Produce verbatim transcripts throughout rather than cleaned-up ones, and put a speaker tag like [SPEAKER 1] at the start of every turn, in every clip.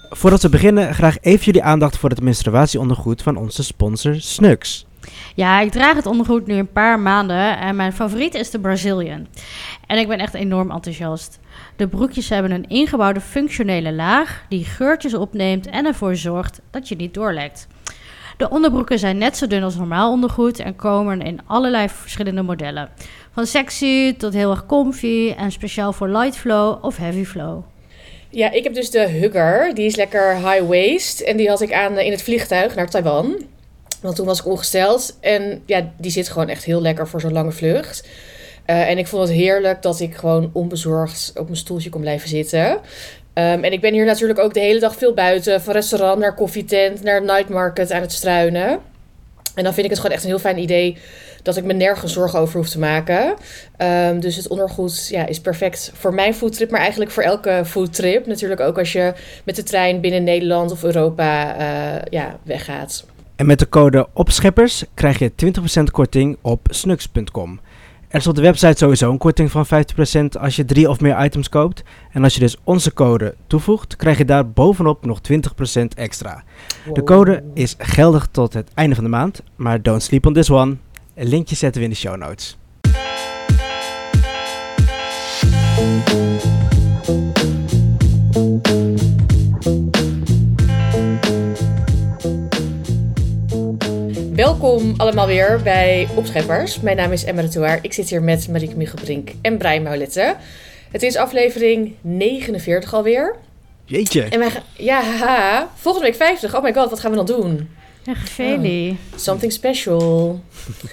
[SPEAKER 1] Voordat we beginnen, graag even jullie aandacht voor het menstruatieondergoed van onze sponsor Snux.
[SPEAKER 2] Ja, ik draag het ondergoed nu een paar maanden en mijn favoriet is de Brazilian. En ik ben echt enorm enthousiast. De broekjes hebben een ingebouwde functionele laag die geurtjes opneemt en ervoor zorgt dat je niet doorlekt. De onderbroeken zijn net zo dun als normaal ondergoed en komen in allerlei verschillende modellen. Van sexy tot heel erg comfy en speciaal voor light flow of heavy flow.
[SPEAKER 3] Ja, ik heb dus de Hugger. Die is lekker high waist. En die had ik aan in het vliegtuig naar Taiwan. Want toen was ik ongesteld. En ja, die zit gewoon echt heel lekker voor zo'n lange vlucht. Uh, en ik vond het heerlijk dat ik gewoon onbezorgd op mijn stoeltje kon blijven zitten. Um, en ik ben hier natuurlijk ook de hele dag veel buiten. Van restaurant naar koffietent, naar night market aan het struinen. En dan vind ik het gewoon echt een heel fijn idee dat ik me nergens zorgen over hoef te maken. Um, dus het ondergoed ja, is perfect voor mijn foodtrip, maar eigenlijk voor elke foodtrip. Natuurlijk ook als je met de trein binnen Nederland of Europa uh, ja, weggaat.
[SPEAKER 1] En met de code OPSCHEPPERS krijg je twintig procent korting op snux punt com. Er is op de website sowieso een korting van vijftig procent als je drie of meer items koopt. En als je dus onze code toevoegt, krijg je daar bovenop nog twintig procent extra. Wow. De code is geldig tot het einde van de maand, maar don't sleep on this one. Een linkje zetten we in de show notes.
[SPEAKER 3] Welkom allemaal weer bij Opscheppers. Mijn naam is Emma de Touaar. Ik zit hier met Marieke Michelbrink en Brian Maulette. Het is aflevering negenenveertig alweer.
[SPEAKER 1] Jeetje.
[SPEAKER 3] En wij gaan, ja, haha, volgende week vijftig. Oh my god, wat gaan we dan doen?
[SPEAKER 2] Ja, gefelie.
[SPEAKER 3] Oh, something special. um,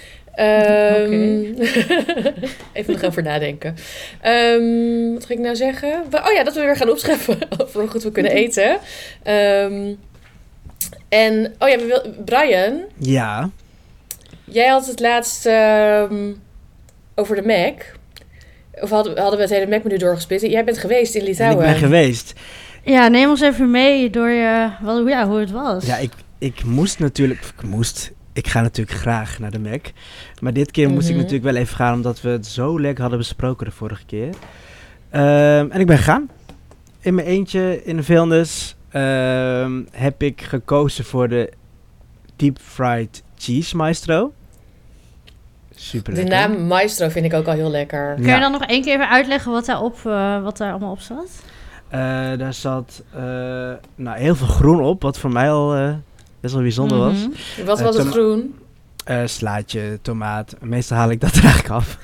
[SPEAKER 3] Even nog over nadenken. Um, wat ga ik nou zeggen? Oh ja, dat we weer gaan opscheppen over hoe goed we kunnen eten. Um, en, oh ja, we wil, Brian.
[SPEAKER 1] Ja.
[SPEAKER 3] Jij had het laatst um, over de Mac. Of hadden, hadden we het hele Mac-menu doorgespit. Jij bent geweest in Litouwen.
[SPEAKER 1] En ik ben geweest.
[SPEAKER 2] Ja, neem ons even mee door je, wel, ja, hoe het was.
[SPEAKER 1] Ja, ik, ik moest natuurlijk... Ik moest... Ik ga natuurlijk graag naar de Mac. Maar dit keer moest mm-hmm. ik natuurlijk wel even gaan, omdat we het zo lekker hadden besproken de vorige keer. Um, en ik ben gegaan. In mijn eentje, in de vuilnis, um, heb ik gekozen voor de Deep Fried Cheese Maestro. Super lekker.
[SPEAKER 3] De naam Maestro vind ik ook al heel lekker.
[SPEAKER 2] Kun je dan nog één keer even uitleggen wat daar, op, uh, wat daar allemaal op zat?
[SPEAKER 1] Uh, daar zat uh, nou, heel veel groen op, wat voor mij al... Uh, best wel bijzonder was.
[SPEAKER 3] Mm-hmm. Wat was uh, het toma- groen?
[SPEAKER 1] Uh, slaatje, tomaat. Meestal haal ik dat er eigenlijk af.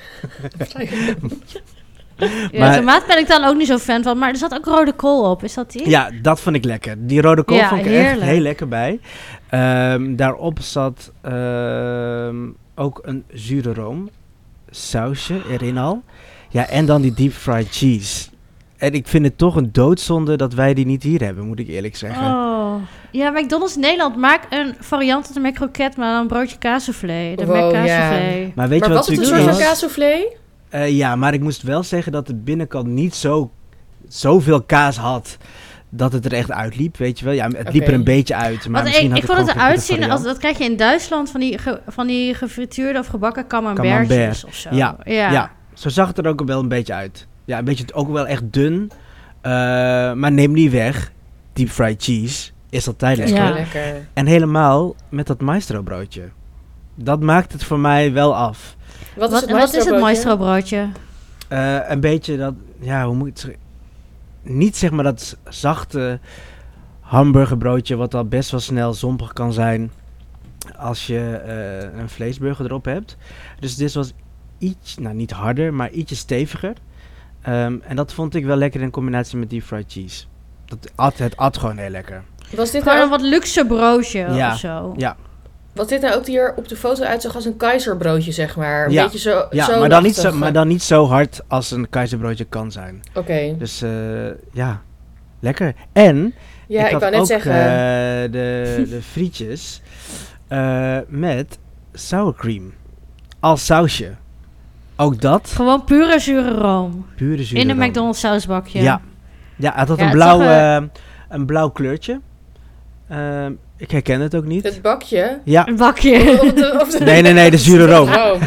[SPEAKER 2] Ja, maar, tomaat ben ik dan ook niet zo fan van. Maar er zat ook rode kool op. Is dat die?
[SPEAKER 1] Ja, dat vond ik lekker. Die rode kool
[SPEAKER 2] ja,
[SPEAKER 1] vond ik
[SPEAKER 2] heerlijk.
[SPEAKER 1] echt heel lekker bij. Um, daarop zat um, ook een zure room sausje erin al. Ja, en dan die deep fried cheese. En ik vind het toch een doodzonde dat wij die niet hier hebben, moet ik eerlijk zeggen.
[SPEAKER 2] Oh. Ja, McDonald's Nederland maakt een variant van de McCroket, maar dan een broodje kaassoufflé. De
[SPEAKER 3] wow,
[SPEAKER 2] McCaassoufflé.
[SPEAKER 3] Ja.
[SPEAKER 1] Maar weet
[SPEAKER 3] maar
[SPEAKER 1] je wat
[SPEAKER 3] was het een soort van kaassoufflé?
[SPEAKER 1] Uh, ja, maar ik moest wel zeggen dat de binnenkant niet zo zoveel kaas had dat het er echt uitliep, weet je wel. Ja, het okay. liep er een beetje uit. Maar
[SPEAKER 2] ik, ik vond het eruit zien, als, dat krijg je in Duitsland, van die, ge, van die gefrituurde of gebakken camembertjes Camembert. Of zo.
[SPEAKER 1] Ja, ja. ja, zo zag het er ook wel een beetje uit. Ja, een beetje ook wel echt dun. Uh, maar neem niet weg. Deep fried cheese is altijd lekker.
[SPEAKER 3] Ja. lekker.
[SPEAKER 1] En helemaal met dat maestro broodje. Dat maakt het voor mij wel af.
[SPEAKER 3] Wat is
[SPEAKER 2] wat,
[SPEAKER 3] het maestro,
[SPEAKER 2] wat is het maestro broodje?
[SPEAKER 1] Uh, een beetje dat, ja, hoe moet ik het zeggen? Niet zeg maar dat zachte hamburgerbroodje wat al best wel snel zompig kan zijn als je uh, een vleesburger erop hebt. Dus dit was iets, nou niet harder, maar ietsje steviger. Um, en dat vond ik wel lekker in combinatie met deep fried cheese. Dat at, het at gewoon heel lekker.
[SPEAKER 2] Was dit nou een wat luxe broodje
[SPEAKER 1] ja,
[SPEAKER 2] of zo?
[SPEAKER 1] Ja.
[SPEAKER 3] Was dit nou ook hier op de foto uitzag als een keizerbroodje, zeg maar? Een
[SPEAKER 1] ja.
[SPEAKER 3] beetje zo,
[SPEAKER 1] ja,
[SPEAKER 3] zo
[SPEAKER 1] maar, dan niet zo, maar dan niet zo hard als een keizerbroodje kan zijn.
[SPEAKER 3] Oké. Okay.
[SPEAKER 1] Dus uh, ja, lekker. En
[SPEAKER 3] ja,
[SPEAKER 1] ik,
[SPEAKER 3] ik
[SPEAKER 1] had
[SPEAKER 3] wou net
[SPEAKER 1] ook
[SPEAKER 3] zeggen.
[SPEAKER 1] Uh, de, de frietjes uh, met sour cream als sausje. Ook dat.
[SPEAKER 2] Gewoon pure zure room.
[SPEAKER 1] Pure zure
[SPEAKER 2] In een
[SPEAKER 1] room.
[SPEAKER 2] McDonald's sausbakje.
[SPEAKER 1] Ja, ja het had
[SPEAKER 2] ja,
[SPEAKER 1] een, blauw,
[SPEAKER 2] toch, uh,
[SPEAKER 1] uh, een blauw kleurtje. Uh, ik herken het ook niet.
[SPEAKER 3] Het bakje?
[SPEAKER 1] Ja.
[SPEAKER 2] Een bakje.
[SPEAKER 3] Of de, of de,
[SPEAKER 1] nee, nee, nee, de zure room.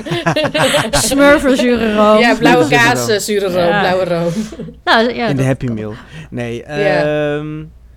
[SPEAKER 2] Smurfer zure room.
[SPEAKER 3] Ja, blauwe kaas, zure room, ja. blauwe room.
[SPEAKER 2] Nou, ja,
[SPEAKER 3] uh,
[SPEAKER 1] in de Happy Meal. Nee, ja. um,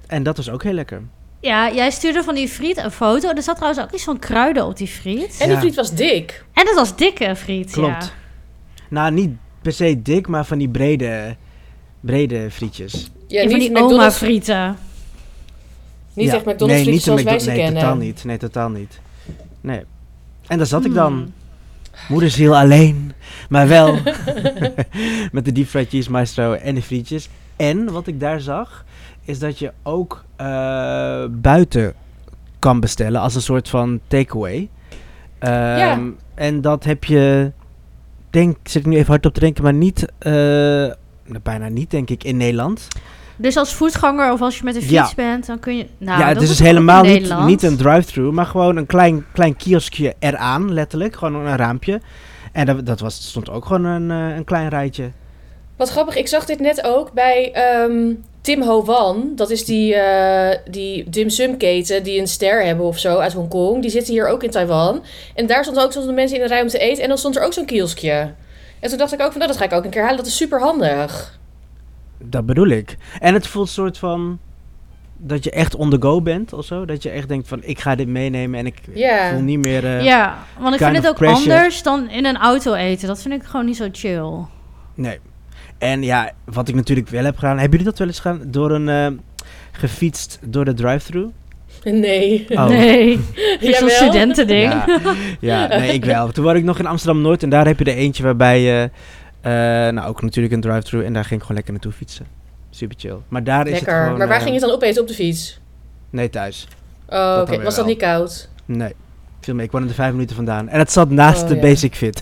[SPEAKER 1] En dat was ook heel lekker.
[SPEAKER 2] Ja, jij stuurde van die friet een foto. Er zat trouwens ook iets van kruiden op die friet.
[SPEAKER 3] En die
[SPEAKER 1] Ja.
[SPEAKER 3] friet was dik.
[SPEAKER 2] En dat was dikke friet,
[SPEAKER 1] Klopt.
[SPEAKER 2] ja.
[SPEAKER 1] Nou, niet per se dik, maar van die brede, brede frietjes.
[SPEAKER 3] Ja,
[SPEAKER 2] En van
[SPEAKER 3] niet
[SPEAKER 2] die
[SPEAKER 3] McDonald's,
[SPEAKER 2] oma-frieten.
[SPEAKER 3] niet
[SPEAKER 1] Ja.
[SPEAKER 3] echt McDonald's
[SPEAKER 1] nee,
[SPEAKER 3] frietjes
[SPEAKER 1] niet
[SPEAKER 3] zoals
[SPEAKER 1] de
[SPEAKER 3] wij
[SPEAKER 1] McDo-
[SPEAKER 3] ze
[SPEAKER 1] nee,
[SPEAKER 3] kennen.
[SPEAKER 1] totaal niet. Nee, totaal niet. Nee. En daar zat ik
[SPEAKER 2] Hmm.
[SPEAKER 1] dan. Moederziel alleen. Maar wel met de deep fried cheese maestro en de frietjes. En wat ik daar zag, is dat je ook uh, buiten kan bestellen als een soort van takeaway. Um,
[SPEAKER 3] Ja.
[SPEAKER 1] En dat heb je, denk, zit ik nu even hard op te denken, maar niet, uh, nou, bijna niet denk ik in Nederland.
[SPEAKER 2] Dus als voetganger of als je met een fiets
[SPEAKER 1] Ja.
[SPEAKER 2] bent, dan kun je... Nou,
[SPEAKER 1] ja,
[SPEAKER 2] dat
[SPEAKER 1] het is
[SPEAKER 2] is
[SPEAKER 1] dus
[SPEAKER 2] ook
[SPEAKER 1] helemaal
[SPEAKER 2] in
[SPEAKER 1] niet,
[SPEAKER 2] Nederland.
[SPEAKER 1] niet een drive-thru, maar gewoon een klein, klein kioskje eraan, letterlijk. Gewoon een raampje. En dat, dat was, stond ook gewoon een, uh, een klein rijtje.
[SPEAKER 3] Wat grappig, ik zag dit net ook bij ehm, Tim Ho Wan. Dat is die, uh, die dim sum keten die een ster hebben of zo uit Hongkong. Die zitten hier ook in Taiwan. En daar stonden ook zo'n mensen in de rij om te eten. En dan stond er ook zo'n kioskje. En toen dacht ik ook van, nou, dat ga ik ook een keer halen. Dat is super handig.
[SPEAKER 1] Dat bedoel ik. En het voelt soort van dat je echt on the go bent of zo. Dat je echt denkt van, ik ga dit meenemen en ik
[SPEAKER 3] Ja.
[SPEAKER 1] voel niet meer... Uh,
[SPEAKER 2] Ja, want ik
[SPEAKER 1] kind
[SPEAKER 2] vind het
[SPEAKER 1] of
[SPEAKER 2] ook
[SPEAKER 1] pressure.
[SPEAKER 2] anders dan in een auto eten. Dat vind ik gewoon niet zo chill.
[SPEAKER 1] Nee. En ja, wat ik natuurlijk wel heb gedaan... Hebben jullie dat wel eens gedaan? Door een... Uh, gefietst door de drive-thru?
[SPEAKER 3] Nee.
[SPEAKER 1] Oh.
[SPEAKER 2] Nee, het is zo'n
[SPEAKER 3] Jawel.
[SPEAKER 2] studentending.
[SPEAKER 1] Ja, ja, nee, ik wel. Toen was ik nog in Amsterdam-Noord en daar heb je er eentje waarbij je... Uh, nou, ook natuurlijk een drive-thru en daar ging ik gewoon lekker naartoe fietsen. Super chill. Maar daar is het
[SPEAKER 3] Lekker.
[SPEAKER 1] gewoon...
[SPEAKER 3] Maar waar
[SPEAKER 1] uh,
[SPEAKER 3] ging je het dan opeten? Op de fiets?
[SPEAKER 1] Nee, thuis.
[SPEAKER 3] Oh,
[SPEAKER 1] dan
[SPEAKER 3] oké.
[SPEAKER 1] weer
[SPEAKER 3] Was dat
[SPEAKER 1] wel.
[SPEAKER 3] niet koud?
[SPEAKER 1] Nee. Viel mee. Ik woon er vijf minuten vandaan. En het zat naast
[SPEAKER 3] Oh,
[SPEAKER 1] de
[SPEAKER 3] ja.
[SPEAKER 1] Basic Fit.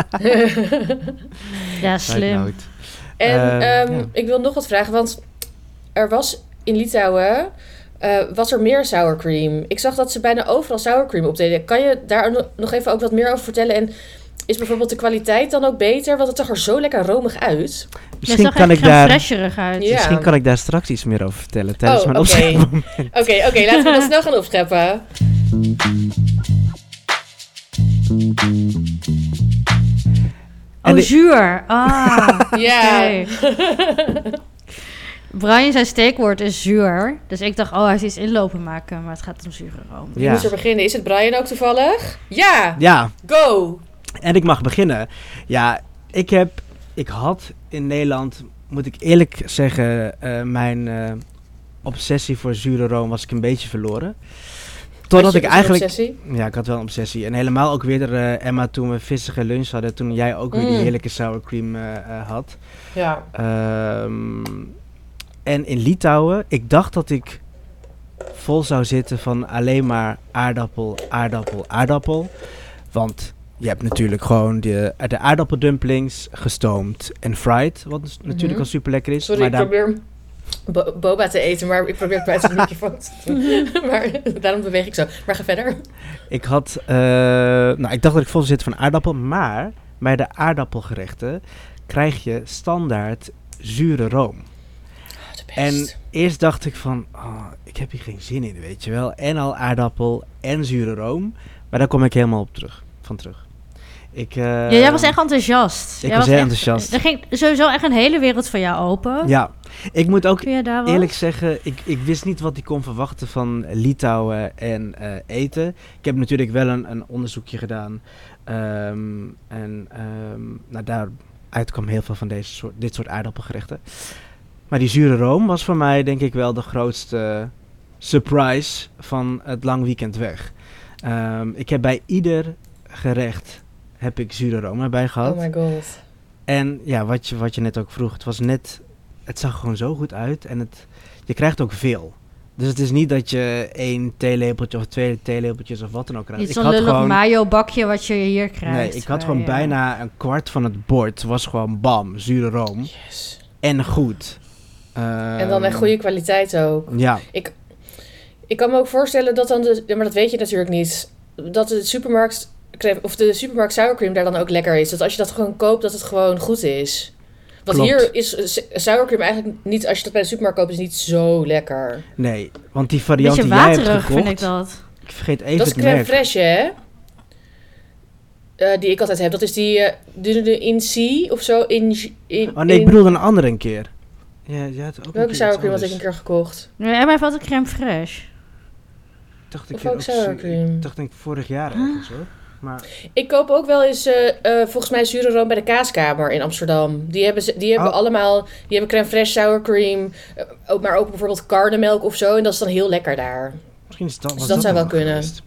[SPEAKER 2] Ja,
[SPEAKER 1] Side
[SPEAKER 2] slim.
[SPEAKER 1] note.
[SPEAKER 3] En
[SPEAKER 1] Eh,
[SPEAKER 3] ehm,
[SPEAKER 1] ja.
[SPEAKER 3] ik wil nog wat vragen, want er was in Litouwen, uh, was er meer sour cream. Ik zag dat ze bijna overal sour cream opdeden. Kan je daar no- nog even ook wat meer over vertellen? En is bijvoorbeeld de kwaliteit dan ook beter? Want het zag er zo lekker romig uit.
[SPEAKER 1] Misschien
[SPEAKER 2] zag
[SPEAKER 1] kan
[SPEAKER 2] echt
[SPEAKER 1] ik daar...
[SPEAKER 2] fresherig uit.
[SPEAKER 3] Ja.
[SPEAKER 1] Misschien kan ik daar straks iets meer over vertellen tijdens
[SPEAKER 3] Oh,
[SPEAKER 1] mijn
[SPEAKER 3] oké.
[SPEAKER 1] opschrijfmoment.
[SPEAKER 3] Oké, oké, laten we dat snel gaan opscheppen.
[SPEAKER 2] Oh,
[SPEAKER 1] En de-
[SPEAKER 2] zuur. Ah,
[SPEAKER 3] Ja.
[SPEAKER 2] oké. Brian zijn steekwoord is zuur. Dus ik dacht, oh, hij is iets inlopen maken. Maar het gaat om zure room.
[SPEAKER 3] Wie
[SPEAKER 1] Ja.
[SPEAKER 3] moet er beginnen? Is het Brian ook toevallig? Ja,
[SPEAKER 1] Ja,
[SPEAKER 3] go!
[SPEAKER 1] en ik mag beginnen. Ja, ik heb... Ik had in Nederland, moet ik eerlijk zeggen, uh, mijn uh, obsessie voor zure room was ik een beetje verloren. Totdat
[SPEAKER 3] Had je
[SPEAKER 1] ik
[SPEAKER 3] dus
[SPEAKER 1] eigenlijk...
[SPEAKER 3] een obsessie?
[SPEAKER 1] Ja, ik had wel een obsessie. En helemaal ook weer, uh, Emma, toen we vissige lunch hadden, toen jij ook weer die
[SPEAKER 3] Mm.
[SPEAKER 1] heerlijke sour cream uh, uh, had.
[SPEAKER 3] Ja.
[SPEAKER 1] Um, en in Litouwen, ik dacht dat ik vol zou zitten van alleen maar aardappel, aardappel, aardappel. Want je hebt natuurlijk gewoon de, de aardappeldumplings gestoomd en fried, wat dus natuurlijk
[SPEAKER 3] Mhm.
[SPEAKER 1] al super lekker is.
[SPEAKER 3] Sorry,
[SPEAKER 1] maar
[SPEAKER 3] ik
[SPEAKER 1] daar,
[SPEAKER 3] probeer bo- boba te eten, maar ik probeer het buiten de microfoon te doen. Maar daarom beweeg ik zo. Maar ga verder.
[SPEAKER 1] ik had, uh, nou, ik dacht dat ik vol zou zitten van aardappel, maar bij de aardappelgerechten krijg je standaard zure room.
[SPEAKER 3] Oh, de
[SPEAKER 1] En
[SPEAKER 3] best.
[SPEAKER 1] eerst dacht ik van, oh, ik heb hier geen zin in, weet je wel. En al aardappel en zure room. Maar daar kom ik helemaal op terug, van terug. Ik, uh,
[SPEAKER 2] Ja, jij was echt enthousiast.
[SPEAKER 1] Ik
[SPEAKER 2] Jij
[SPEAKER 1] was heel
[SPEAKER 2] echt-
[SPEAKER 1] enthousiast.
[SPEAKER 2] Er ging sowieso echt een hele wereld voor jou open.
[SPEAKER 1] Ja, ik moet ook
[SPEAKER 2] Kun je daar wel?
[SPEAKER 1] eerlijk zeggen, ik, ik wist niet wat ik kon verwachten van Litouwen en uh, eten. Ik heb natuurlijk wel een, een onderzoekje gedaan. Um, en um, nou, daaruit kwam heel veel van deze soort, dit soort aardappelgerechten. Maar die zure room was voor mij denk ik wel de grootste surprise van het lang weekend weg. Um, ik heb bij ieder gerecht heb ik zure room erbij gehad.
[SPEAKER 3] Oh my god.
[SPEAKER 1] En ja, wat je, wat je net ook vroeg, het was net, het zag gewoon zo goed uit en het, je krijgt ook veel. Dus het is niet dat je één theelepeltje of twee theelepeltjes of wat dan ook krijgt.
[SPEAKER 2] Niet
[SPEAKER 1] Ik
[SPEAKER 2] zo'n
[SPEAKER 1] had
[SPEAKER 2] lullig
[SPEAKER 1] gewoon,
[SPEAKER 2] mayo bakje wat je hier krijgt.
[SPEAKER 1] nee, ik had
[SPEAKER 2] bij,
[SPEAKER 1] gewoon
[SPEAKER 2] eh,
[SPEAKER 1] bijna een kwart van het bord was gewoon bam, zure room
[SPEAKER 3] Yes.
[SPEAKER 1] en goed.
[SPEAKER 3] En dan echt
[SPEAKER 1] Ehm,
[SPEAKER 3] goede kwaliteit ook.
[SPEAKER 1] Ja,
[SPEAKER 3] Ik kan me ook voorstellen dat dan de... ja, maar dat weet je natuurlijk niet. Dat de supermarkt... of de supermarkt sour cream daar dan ook lekker is. Dat als je dat gewoon koopt, dat het gewoon goed is. Want
[SPEAKER 1] Klopt.
[SPEAKER 3] hier is eh, sour cream eigenlijk niet... Als je dat bij de supermarkt koopt, is niet zo lekker.
[SPEAKER 1] nee, want die variant
[SPEAKER 2] Beetje
[SPEAKER 1] die jij hebt
[SPEAKER 2] waterig
[SPEAKER 1] gekocht,
[SPEAKER 2] vind ik dat.
[SPEAKER 1] ik vergeet even
[SPEAKER 3] Dat is
[SPEAKER 1] het
[SPEAKER 3] crème
[SPEAKER 1] merk.
[SPEAKER 3] fraîche, hè? Eh, die ik altijd heb. Dat is die... eh, de, de In C of zo. In, in,
[SPEAKER 1] Oh nee, ik
[SPEAKER 3] in-
[SPEAKER 1] bedoelde een andere een keer. Ja, ja, het ook een
[SPEAKER 3] Welke
[SPEAKER 1] keer
[SPEAKER 3] sour
[SPEAKER 1] iets
[SPEAKER 3] cream had ik
[SPEAKER 1] anders.
[SPEAKER 3] een keer gekocht?
[SPEAKER 2] Nee, en mij valt een crème fraîche.
[SPEAKER 1] Dacht ik
[SPEAKER 3] Of
[SPEAKER 1] keer
[SPEAKER 3] ook
[SPEAKER 1] ook
[SPEAKER 3] sour
[SPEAKER 1] zu-
[SPEAKER 3] cream?
[SPEAKER 1] Ik dacht denk ik vorig jaar ergens hoor. Maar
[SPEAKER 3] Ik koop ook wel eens, eh, eh, volgens mij, zure room bij de Kaaskamer in Amsterdam. Die hebben, ze- die hebben
[SPEAKER 1] Oh.
[SPEAKER 3] allemaal, die hebben crème fraîche, sour cream, eh, ook, maar ook bijvoorbeeld karnemelk of zo. En dat is dan heel lekker daar.
[SPEAKER 1] misschien is dat,
[SPEAKER 3] Dus
[SPEAKER 1] was
[SPEAKER 3] dat zou
[SPEAKER 1] dan
[SPEAKER 3] wel
[SPEAKER 1] nog
[SPEAKER 3] kunnen.
[SPEAKER 1] geweest.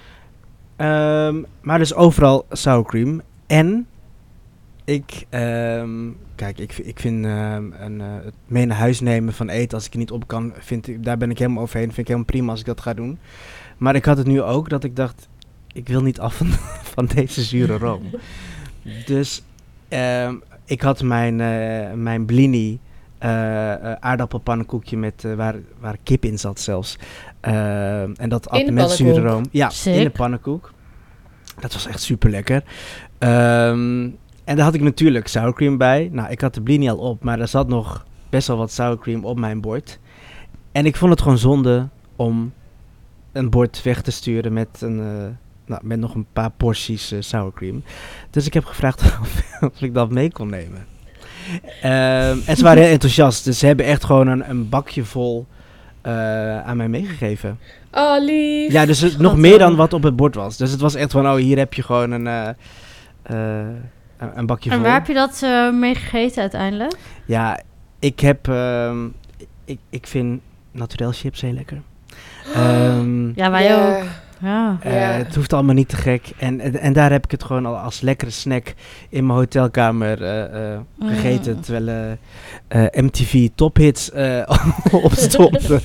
[SPEAKER 1] Ehm, maar dus overal sour cream. En ik, ehm, kijk, ik, ik vind ehm, een, eh, het mee naar huis nemen van eten als ik er niet op kan, vind ik, daar ben ik helemaal overheen. Vind ik helemaal prima als ik dat ga doen. Maar ik had het nu ook dat ik dacht, ik wil niet af van, van deze zure room. Dus ehm, ik had mijn, eh, mijn blini eh, eh, aardappelpannenkoekje met, eh, waar, waar kip in zat zelfs. Ehm, en dat at
[SPEAKER 3] In de
[SPEAKER 1] met zure
[SPEAKER 3] pannenkoek?
[SPEAKER 1] room. Ja,
[SPEAKER 2] Sick.
[SPEAKER 1] in de pannenkoek. Dat was echt super lekker. Ehm, en daar had ik natuurlijk sour cream bij. Nou, ik had de blini al op, maar er zat nog best wel wat sour cream op mijn bord. En ik vond het gewoon zonde om een bord weg te sturen met, een, eh, nou, met nog een paar porties eh, sour cream. Dus ik heb gevraagd of, of ik dat mee kon nemen. Ehm, en ze waren heel enthousiast. Dus ze hebben echt gewoon een, een bakje vol eh, aan mij meegegeven.
[SPEAKER 3] Oh, lief.
[SPEAKER 1] Ja, dus het, nog
[SPEAKER 2] Schattig.
[SPEAKER 1] meer dan wat op het bord was. Dus het was echt van, oh, hier heb je gewoon een, eh, eh, een, een bakje
[SPEAKER 2] En
[SPEAKER 1] vol.
[SPEAKER 2] waar heb je dat uh, mee gegeten uiteindelijk?
[SPEAKER 1] Ja, ik heb... ehm, ik, ik vind naturel chips heel lekker. Ehm,
[SPEAKER 2] Ja, wij
[SPEAKER 3] Ja.
[SPEAKER 2] ook. Ja.
[SPEAKER 1] eh,
[SPEAKER 3] Ja.
[SPEAKER 1] Het hoeft allemaal niet te gek. En, en, en daar heb ik het gewoon al als lekkere snack in mijn hotelkamer eh, eh, gegeten.
[SPEAKER 2] Mm.
[SPEAKER 1] Terwijl eh, eh, M T V tophits eh op stond.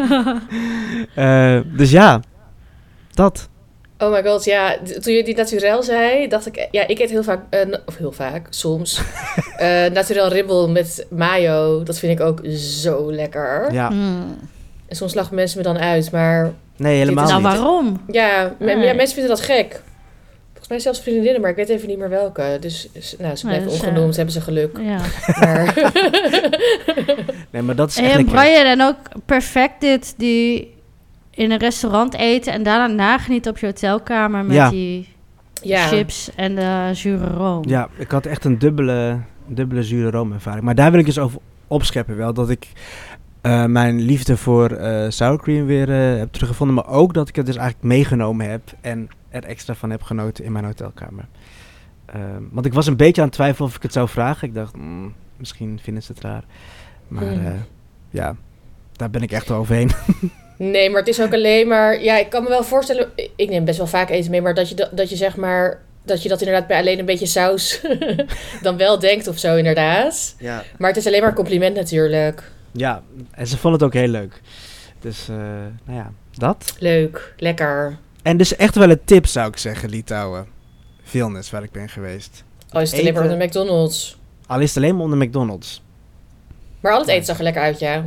[SPEAKER 1] Eh, dus ja, dat.
[SPEAKER 3] Oh my god, ja. d- Toen je die naturel zei, dacht ik... Ja, ik eet heel vaak... eh, n- of heel vaak, soms. eh naturel ribbel met mayo. Dat vind ik ook zo lekker.
[SPEAKER 1] Ja,
[SPEAKER 2] Mm.
[SPEAKER 3] En soms lachen mensen me dan uit, maar...
[SPEAKER 1] nee, helemaal
[SPEAKER 2] Nou,
[SPEAKER 1] niet.
[SPEAKER 2] waarom?
[SPEAKER 3] Ja, me-
[SPEAKER 2] Nee.
[SPEAKER 3] ja, mensen vinden dat gek. Volgens mij zelfs vriendinnen, maar ik weet even niet meer welke. Dus, dus, nou, ze
[SPEAKER 2] Nee,
[SPEAKER 3] blijven
[SPEAKER 2] dus, eh,
[SPEAKER 3] ongenoemd, hebben ze geluk.
[SPEAKER 2] Ja.
[SPEAKER 3] Maar...
[SPEAKER 1] Nee, maar dat is
[SPEAKER 2] En
[SPEAKER 1] echt
[SPEAKER 2] je
[SPEAKER 1] lekker.
[SPEAKER 2] Brian dan ook perfect dit, die in een restaurant eten en daarna nagenieten op je hotelkamer met
[SPEAKER 1] Ja.
[SPEAKER 2] die
[SPEAKER 3] ja.
[SPEAKER 2] chips en de zure room.
[SPEAKER 1] Ja, ik had echt een dubbele, dubbele zure roomervaring. Maar daar wil ik dus over opscheppen wel. Dat ik eh, mijn liefde voor eh, sour cream weer eh, heb teruggevonden. Maar ook dat ik het dus eigenlijk meegenomen heb. En er extra van heb genoten in mijn hotelkamer. Ehm, want ik was een beetje aan het twijfelen of ik het zou vragen. Ik dacht, mm, misschien vinden ze het raar. Maar
[SPEAKER 3] Hmm.
[SPEAKER 1] eh, ja, daar ben ik echt overheen.
[SPEAKER 3] Nee, maar het is ook alleen maar... Ja, ik kan me wel voorstellen... Ik neem best wel vaak eten mee, maar dat je, dat, dat je zeg maar... Dat je dat inderdaad bij alleen een beetje saus dan wel denkt of zo, inderdaad.
[SPEAKER 1] Ja.
[SPEAKER 3] Maar het is alleen maar een compliment natuurlijk.
[SPEAKER 1] Ja, en ze vonden het ook heel leuk. Dus, eh, nou ja, dat.
[SPEAKER 3] Leuk, lekker.
[SPEAKER 1] En dus echt wel een tip zou ik zeggen, Litouwen. Vilnius, waar ik ben geweest.
[SPEAKER 3] Al is het alleen maar
[SPEAKER 1] Eten.
[SPEAKER 3] van de McDonald's.
[SPEAKER 1] Al is het alleen maar onder McDonald's.
[SPEAKER 3] Maar al het eten zag er lekker uit, ja.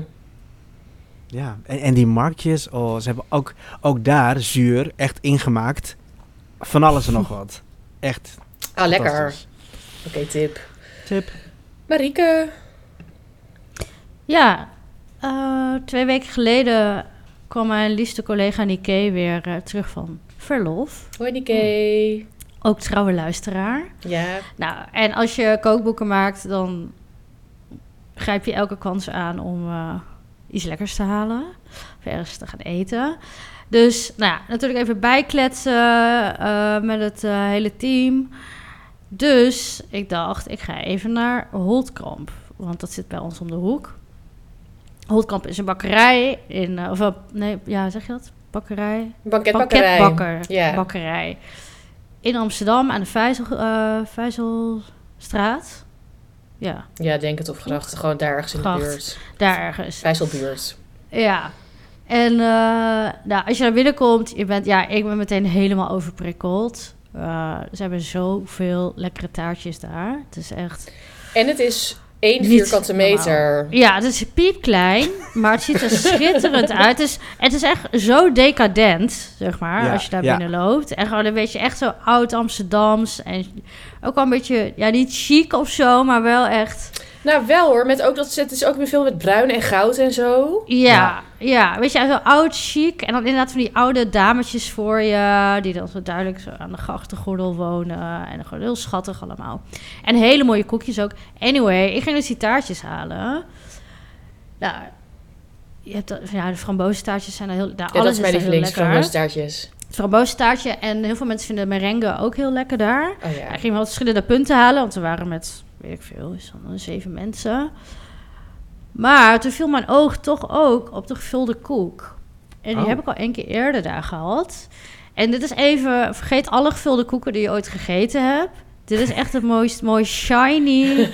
[SPEAKER 1] Ja, en, en die marktjes, oh, ze hebben ook, ook daar zuur echt ingemaakt. Van alles en nog wat. Echt
[SPEAKER 3] Ah, lekker.
[SPEAKER 1] fantastisch.
[SPEAKER 3] Oké, tip.
[SPEAKER 1] Tip.
[SPEAKER 3] Marieke.
[SPEAKER 2] Ja, eh, twee weken geleden kwam mijn liefste collega Nike weer eh, terug van verlof.
[SPEAKER 3] Hoi, Nike.
[SPEAKER 2] Ook trouwe luisteraar.
[SPEAKER 3] Ja.
[SPEAKER 2] Nou, en als je kookboeken maakt, dan grijp je elke kans aan om eh, iets lekkers te halen. Of ergens te gaan eten. Dus, nou ja, natuurlijk even bijkletsen eh, met het eh, hele team. Dus ik dacht, ik ga even naar Holtkamp. Want dat zit bij ons om de hoek. Holtkamp is een bakkerij in... eh, of, eh, nee, ja, zeg je dat? Bakkerij?
[SPEAKER 3] Banketbakkerij.
[SPEAKER 2] Banketbakker.
[SPEAKER 3] Ja.
[SPEAKER 2] Bakkerij. In Amsterdam aan de Vijzel, eh, Vijzelstraat. Ja,
[SPEAKER 3] Ja, denk het of gracht. Gewoon daar ergens in
[SPEAKER 2] Gracht.
[SPEAKER 3] de buurt.
[SPEAKER 2] daar ergens.
[SPEAKER 3] Vijzelbuurt.
[SPEAKER 2] Ja. En eh, nou, als je daar binnenkomt, je bent, ja, ik ben meteen helemaal overprikkeld. Eh, ze hebben zoveel lekkere taartjes daar. Het is echt...
[SPEAKER 3] En het is één
[SPEAKER 2] Niet
[SPEAKER 3] vierkante
[SPEAKER 2] normaal.
[SPEAKER 3] meter.
[SPEAKER 2] Ja, het is piepklein, maar het ziet er schitterend uit. Het is, het is echt zo decadent, zeg maar,
[SPEAKER 1] Ja,
[SPEAKER 2] als je daar
[SPEAKER 1] ja.
[SPEAKER 2] binnen loopt. En gewoon een beetje echt zo oud Amsterdams. En ook wel een beetje, ja, niet chic of zo, maar wel echt...
[SPEAKER 3] Nou, wel hoor. Met ook dat, het is ook weer veel met bruin en goud en zo.
[SPEAKER 2] Ja, ja, weet je, zo oud chic. En dan inderdaad van die oude dametjes voor je, die dan zo duidelijk zo aan de grachtengordel wonen. En gewoon heel schattig allemaal. En hele mooie koekjes ook. Anyway, ik ging dus die taartjes halen. Nou, je hebt de, ja, de frambozenstaartjes zijn er heel... Nou,
[SPEAKER 3] Ja,
[SPEAKER 2] alles
[SPEAKER 3] dat is mijn
[SPEAKER 2] daar heel
[SPEAKER 3] lievelings,
[SPEAKER 2] lekker.
[SPEAKER 3] frambozenstaartjes.
[SPEAKER 2] Het frambozenstaartje en heel veel mensen vinden de merengue ook heel lekker daar.
[SPEAKER 3] Oh ja.
[SPEAKER 2] Ik ging wel verschillende punten halen, want we waren met, weet ik veel, is dan zeven mensen. Maar toen viel mijn oog toch ook op de gevulde koek. En die
[SPEAKER 1] Oh.
[SPEAKER 2] heb ik al één keer eerder daar gehad. En dit is even, vergeet alle gevulde koeken die je ooit gegeten hebt. Dit is echt het mooist, mooi shiny,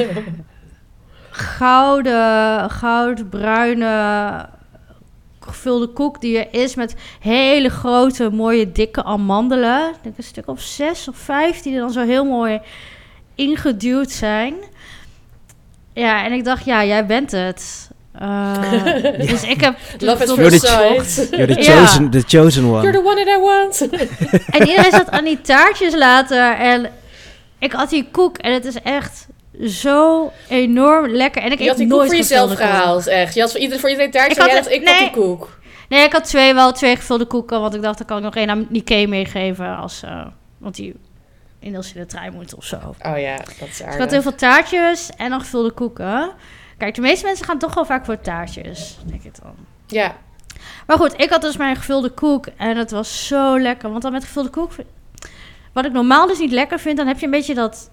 [SPEAKER 2] gouden, goudbruine gevulde koek die er is met hele grote, mooie, dikke amandelen. Ik denk een stuk of zes of vijf die er dan zo heel mooi ingeduwd zijn. Ja, en ik dacht, ja, jij bent het. Uh, dus ik heb...
[SPEAKER 3] Love at
[SPEAKER 1] You're
[SPEAKER 3] first
[SPEAKER 1] the
[SPEAKER 3] sight.
[SPEAKER 1] You're the
[SPEAKER 2] Ja.
[SPEAKER 1] chosen, the chosen one.
[SPEAKER 3] You're the one that I want.
[SPEAKER 2] En iedereen zat aan die taartjes later. En ik had die koek en het is echt zo enorm lekker. En ik
[SPEAKER 3] Je had die
[SPEAKER 2] eet
[SPEAKER 3] koek
[SPEAKER 2] nooit
[SPEAKER 3] voor jezelf
[SPEAKER 2] gevulde koek.
[SPEAKER 3] gehaald, echt. Je had voor iedereen, voor iedereen taartje
[SPEAKER 2] Ik
[SPEAKER 3] en
[SPEAKER 2] had
[SPEAKER 3] jij
[SPEAKER 2] het-
[SPEAKER 3] dacht, ik pak
[SPEAKER 2] nee.
[SPEAKER 3] die koek.
[SPEAKER 2] Nee, ik had twee wel, twee gevulde koeken. Want ik dacht, dan kan ik nog één aan Nikkei meegeven. Als, uh, want die inmiddels in de trein moet of zo.
[SPEAKER 3] Oh ja, dat is
[SPEAKER 2] Dus ik
[SPEAKER 3] aardig.
[SPEAKER 2] had heel veel taartjes en dan gevulde koeken. Kijk, de meeste mensen gaan toch wel vaak voor taartjes, denk ik dan.
[SPEAKER 3] Ja,
[SPEAKER 2] Maar goed, ik had dus mijn gevulde koek en het was zo lekker. Want dan met gevulde koek, wat ik normaal dus niet lekker vind, dan heb je een beetje dat,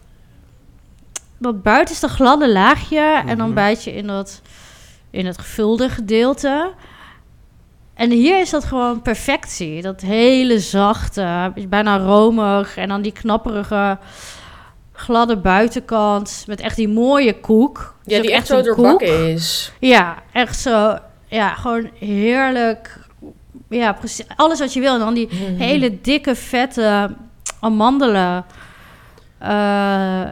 [SPEAKER 2] dat buitenste gladde laagje. En dan
[SPEAKER 1] Mhm.
[SPEAKER 2] bijt je in, dat, in het gevulde gedeelte. En hier is dat gewoon perfectie. Dat hele zachte, bijna romig. En dan die knapperige, gladde buitenkant. Met echt die mooie koek. Het is
[SPEAKER 3] ja
[SPEAKER 2] ook
[SPEAKER 3] die echt zo
[SPEAKER 2] een koek.
[SPEAKER 3] doorbakken is.
[SPEAKER 2] Ja, echt zo. Ja, gewoon heerlijk. Ja, precies. Alles wat je wil. En dan die
[SPEAKER 3] Mhm.
[SPEAKER 2] hele dikke, vette amandelen. Eh,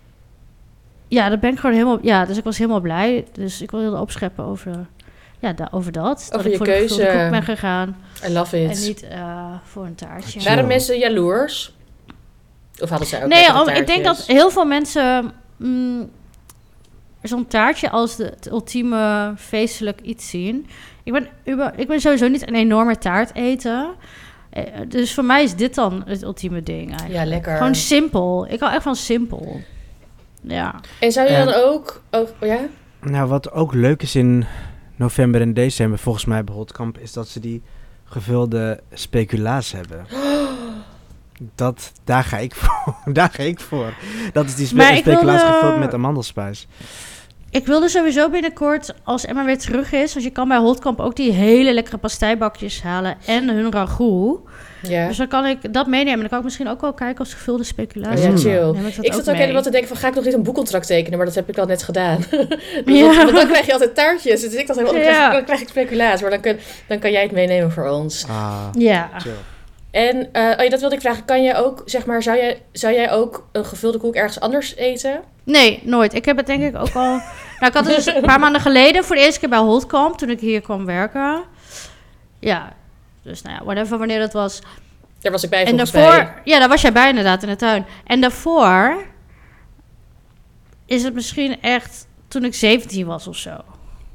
[SPEAKER 2] ja, dat ben ik gewoon helemaal... Ja, dus ik was helemaal blij. Dus ik wilde opscheppen over, ja, da- over dat. dat
[SPEAKER 3] Over
[SPEAKER 2] ik
[SPEAKER 3] je
[SPEAKER 2] voor de gevulde
[SPEAKER 3] keuze.
[SPEAKER 2] koek ben gegaan.
[SPEAKER 3] I love it.
[SPEAKER 2] En niet eh, voor een taartje.
[SPEAKER 1] Chill.
[SPEAKER 3] Waren mensen jaloers? Of hadden zij ook
[SPEAKER 2] Nee,
[SPEAKER 3] lekkere
[SPEAKER 2] om- ik denk dat
[SPEAKER 3] taartjes?
[SPEAKER 2] heel veel mensen mm, zo'n taartje als de, het ultieme feestelijk iets zien. Ik ben, uber- ik ben sowieso niet een enorme taart eten. Eh, Dus voor mij is dit dan het ultieme ding eigenlijk.
[SPEAKER 3] Ja, lekker.
[SPEAKER 2] Gewoon simpel. Ik hou echt van simpel. Ja.
[SPEAKER 3] En zou je
[SPEAKER 1] En-
[SPEAKER 3] dan ook... Oh, ja?
[SPEAKER 1] Nou, wat ook leuk is in november en december, volgens mij bij Holtkamp, is dat ze die gevulde speculaas hebben. Dat, daar ga ik voor. daar ga ik voor. Dat is die spe-
[SPEAKER 2] Maar ik
[SPEAKER 1] speculaas
[SPEAKER 2] wilde-
[SPEAKER 1] gevuld met amandelspijs.
[SPEAKER 2] Ik wilde sowieso binnenkort, als Emma weer terug is... want je kan bij Holtkamp ook die hele lekkere pastijbakjes halen... en hun ragout.
[SPEAKER 3] Ja.
[SPEAKER 2] Dus dan kan ik dat meenemen. Dan kan ik misschien ook wel kijken als gevulde
[SPEAKER 3] Oh
[SPEAKER 2] speculatie.
[SPEAKER 3] ja,
[SPEAKER 1] Mm.
[SPEAKER 3] chill.
[SPEAKER 2] Neem ik dat
[SPEAKER 3] Ik
[SPEAKER 2] ook
[SPEAKER 3] zat ook
[SPEAKER 2] mee.
[SPEAKER 3] helemaal te denken van, ga ik nog niet een boekcontract tekenen? Maar dat heb ik al net gedaan. Dus
[SPEAKER 2] Ja.
[SPEAKER 3] dat- want dan krijg je altijd taartjes. Dus ik dacht helemaal, dan,
[SPEAKER 2] Ja.
[SPEAKER 3] krijg, ik- dan krijg ik speculaas. Maar dan, kun, dan kan jij het meenemen voor ons.
[SPEAKER 1] Ah,
[SPEAKER 2] Ja.
[SPEAKER 1] chill.
[SPEAKER 3] En eh, oh ja, dat wilde ik vragen. Kan jij ook, zeg maar, zou jij, zou jij ook een gevulde koek ergens anders eten?
[SPEAKER 2] Nee, nooit. Ik heb het denk ik ook al... Nou, ik had het dus een paar maanden geleden voor de eerste keer bij Holtkamp... toen ik hier kwam werken. Ja, dus nou ja, whatever, wanneer dat was.
[SPEAKER 3] Daar was ik bij
[SPEAKER 2] En
[SPEAKER 3] volgens
[SPEAKER 2] daarvoor...
[SPEAKER 3] mij.
[SPEAKER 2] Ja, daar was jij bij inderdaad in de tuin. En daarvoor is het misschien echt toen ik zeventien was of zo.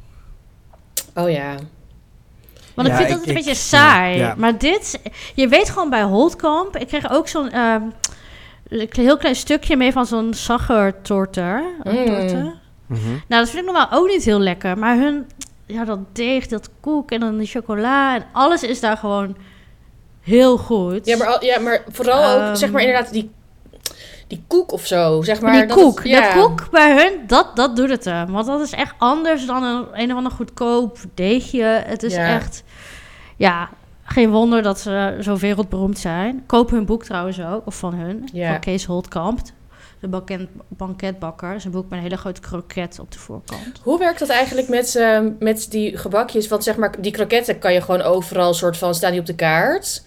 [SPEAKER 3] Oh ja.
[SPEAKER 2] Want
[SPEAKER 1] Ja,
[SPEAKER 2] ik vind
[SPEAKER 1] ik-
[SPEAKER 2] dat een
[SPEAKER 1] ik-
[SPEAKER 2] beetje saai.
[SPEAKER 1] ja, ja.
[SPEAKER 2] Maar dit... Je weet gewoon bij Holtkamp... Ik kreeg ook zo'n... ehm, een heel klein stukje mee van zo'n saggertorter.
[SPEAKER 3] Mm.
[SPEAKER 2] torte.
[SPEAKER 1] Mhm.
[SPEAKER 2] Nou, dat vind ik normaal ook niet heel lekker. Maar hun... Ja, dat deeg, dat koek en dan de chocola... En alles is daar gewoon heel goed.
[SPEAKER 3] Ja, maar, al- ja, maar vooral ook,
[SPEAKER 2] Ehm.
[SPEAKER 3] zeg maar inderdaad, die, die koek of zo. Zeg maar,
[SPEAKER 2] die
[SPEAKER 3] dat
[SPEAKER 2] koek,
[SPEAKER 3] het- ja.
[SPEAKER 2] de koek bij hun, dat, dat doet het hem. Want dat is echt anders dan een, een of ander goedkoop deegje. Het is
[SPEAKER 3] Ja.
[SPEAKER 2] echt... Ja, geen wonder dat ze zo wereldberoemd zijn. Koop hun boek trouwens ook, of van hun.
[SPEAKER 3] Ja.
[SPEAKER 2] Van Kees Holtkamp. De banket, banketbakker. Zijn boek met een hele grote kroket op de voorkant.
[SPEAKER 3] Hoe werkt dat eigenlijk met, ehm, met die gebakjes? Want zeg maar, die kroketten kan je gewoon overal soort van, staan die op de kaart.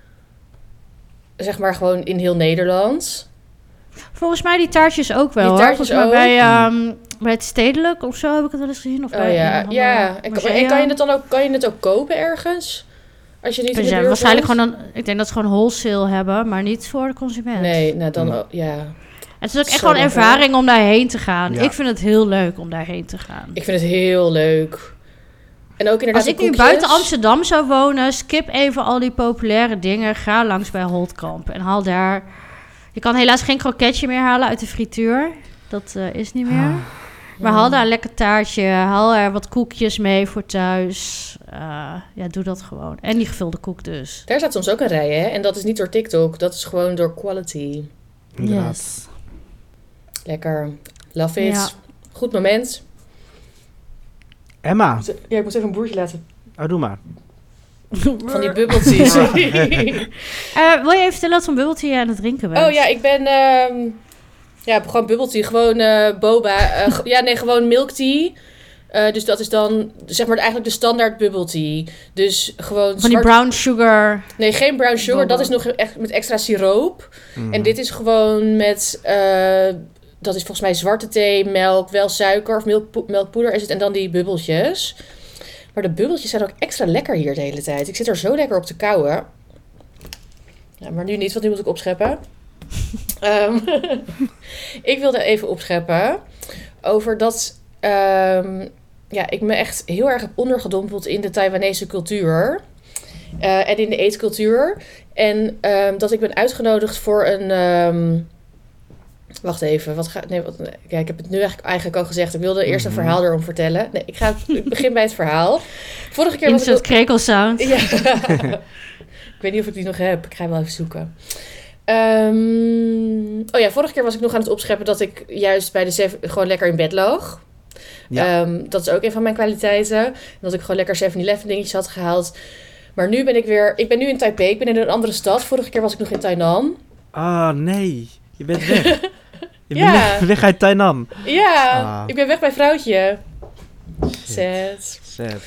[SPEAKER 3] Zeg maar gewoon in heel Nederland.
[SPEAKER 2] Volgens mij die taartjes ook wel.
[SPEAKER 3] Die
[SPEAKER 2] hoor.
[SPEAKER 3] taartjes
[SPEAKER 2] Volgens mij
[SPEAKER 3] ook?
[SPEAKER 2] bij, ehm, bij het Stedelijk of zo heb ik het wel eens gezien. Of
[SPEAKER 3] Oh
[SPEAKER 2] bij een
[SPEAKER 3] ja,
[SPEAKER 2] of ander
[SPEAKER 3] ja. En, kan- en
[SPEAKER 2] museum.
[SPEAKER 3] kan je het dan ook, kan je het ook kopen ergens? Als je niet in
[SPEAKER 2] Dus
[SPEAKER 3] de
[SPEAKER 2] ja,
[SPEAKER 3] buurt
[SPEAKER 2] waarschijnlijk
[SPEAKER 3] woont?
[SPEAKER 2] gewoon een, ik denk dat ze gewoon wholesale hebben, maar niet voor de consument.
[SPEAKER 3] Nee, nou dan,
[SPEAKER 1] Hmm.
[SPEAKER 3] ook- ja.
[SPEAKER 2] Het is ook echt
[SPEAKER 3] Zo
[SPEAKER 2] gewoon een
[SPEAKER 3] lekker.
[SPEAKER 2] ervaring om daarheen te gaan.
[SPEAKER 1] Ja.
[SPEAKER 2] Ik vind het heel leuk om daarheen te gaan.
[SPEAKER 3] Ik vind het heel leuk. En ook inderdaad
[SPEAKER 2] Als
[SPEAKER 3] de
[SPEAKER 2] ik nu
[SPEAKER 3] koekjes.
[SPEAKER 2] buiten Amsterdam zou wonen, skip even al die populaire dingen. Ga langs bij Holtkamp en haal daar... Je kan helaas geen kroketje meer halen uit de frituur. Dat eh, is niet meer. Maar haal daar een lekker taartje. Haal er wat koekjes mee voor thuis. Uh, ja, doe dat gewoon. En die gevulde koek dus.
[SPEAKER 3] Daar staat soms ook een rij, hè? En dat is niet door TikTok. Dat is gewoon door quality.
[SPEAKER 2] Yes.
[SPEAKER 3] Lekker. Love it.
[SPEAKER 2] Ja.
[SPEAKER 3] Goed moment.
[SPEAKER 1] Emma.
[SPEAKER 3] Ja, ik moet even een boertje laten.
[SPEAKER 1] Oh, doe maar.
[SPEAKER 3] Van die bubble tea, sorry.
[SPEAKER 2] uh, wil je even vertellen wat voor bubble tea je aan het drinken bent?
[SPEAKER 3] Oh ja, ik ben... Uh, ja, gewoon bubble tea. Gewoon uh, boba. Uh, ja, nee, gewoon milk tea. Uh, dus dat is dan, zeg maar, eigenlijk de standaard bubble tea. Dus gewoon...
[SPEAKER 2] Van die zwart... brown sugar.
[SPEAKER 3] Nee, geen brown sugar.
[SPEAKER 2] Boba.
[SPEAKER 3] Dat is nog echt met extra siroop.
[SPEAKER 1] Mm.
[SPEAKER 3] En dit is gewoon met... Uh, dat is volgens mij zwarte thee, melk, wel suiker of melkpo- melkpoeder is het. En dan die bubbeltjes. Maar de bubbeltjes zijn ook extra lekker hier de hele tijd. Ik zit er zo lekker op te kauwen. Ja, maar nu niet, want nu moet ik opscheppen. um, ik wilde even opscheppen over dat... Um, ja, ik me echt heel erg heb ondergedompeld in de Taiwanese cultuur. Uh, en in de eetcultuur. En um, dat ik ben uitgenodigd voor een... Um, wacht even, wat ga, nee, wat, nee, ja, ik heb het nu eigenlijk, eigenlijk al gezegd. Ik wilde eerst een
[SPEAKER 1] Mm-hmm.
[SPEAKER 3] verhaal erom vertellen. Nee, ik, ga, ik begin bij het verhaal. Vorige keer was
[SPEAKER 2] Instant
[SPEAKER 3] ik...
[SPEAKER 2] krekelsound.
[SPEAKER 3] Ja. Ik weet niet of ik die nog heb. Ik ga hem wel even zoeken. Um, oh ja, vorige keer was ik nog aan het opscheppen dat ik juist bij de seven gewoon lekker in bed lag.
[SPEAKER 1] Ja.
[SPEAKER 3] Um, dat is ook een van mijn kwaliteiten. Dat ik gewoon lekker seven eleven dingetjes had gehaald. Maar nu ben ik weer... Ik ben nu in Taipei. Ik ben in een andere stad. Vorige keer was ik nog in Tainan.
[SPEAKER 1] Ah, nee. Je bent weg. Je
[SPEAKER 3] Ja.
[SPEAKER 1] bent weg, weg uit Tainan.
[SPEAKER 3] Ja,
[SPEAKER 1] Ah.
[SPEAKER 3] ik ben weg bij vrouwtje. Sad.
[SPEAKER 1] Sad.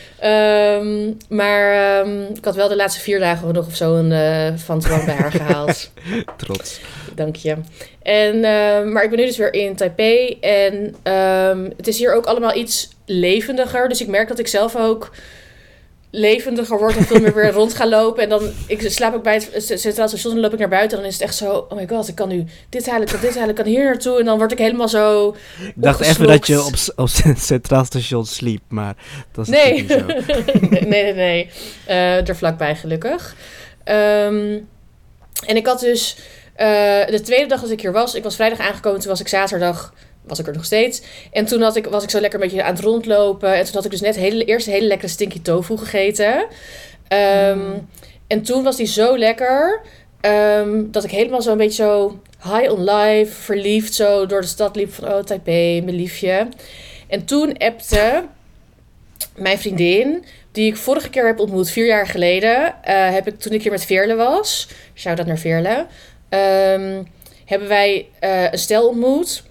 [SPEAKER 3] Um, maar um, ik had wel de laatste vier dagen nog of zo een uh, van Twan bij haar gehaald.
[SPEAKER 1] Trots.
[SPEAKER 3] Dank je. En, uh, maar ik ben nu dus weer in Taipei. En um, het is hier ook allemaal iets levendiger. Dus ik merk dat ik zelf ook levendiger word en veel meer weer rond ga lopen. En dan ik slaap ook bij het Centraal Station en dan loop ik naar buiten. En dan is het echt zo, oh my god, ik kan nu dit halen, ik kan dit halen, ik kan hier naartoe. En dan word ik helemaal zo
[SPEAKER 1] Ik dacht even dat je op, op Centraal Station sliep, maar dat is
[SPEAKER 3] nee.
[SPEAKER 1] niet zo.
[SPEAKER 3] nee, nee, nee. Uh, er vlakbij gelukkig. Um, en ik had dus... Uh, de tweede dag dat ik hier was... Ik was vrijdag aangekomen, toen was ik zaterdag... was ik er nog steeds. En toen had ik, was ik zo lekker een beetje aan het rondlopen. En toen had ik dus net hele, eerst een hele lekkere stinky tofu gegeten. Um, mm. En toen was die zo lekker... Um, dat ik helemaal zo een beetje zo... high on life, verliefd zo door de stad liep. Van, oh, Taipei, mijn liefje. En toen appte mijn vriendin... die ik vorige keer heb ontmoet, vier jaar geleden... Uh, heb ik, toen ik hier met Veerle was... shout-out naar Veerle... Um, hebben wij uh, een stel ontmoet...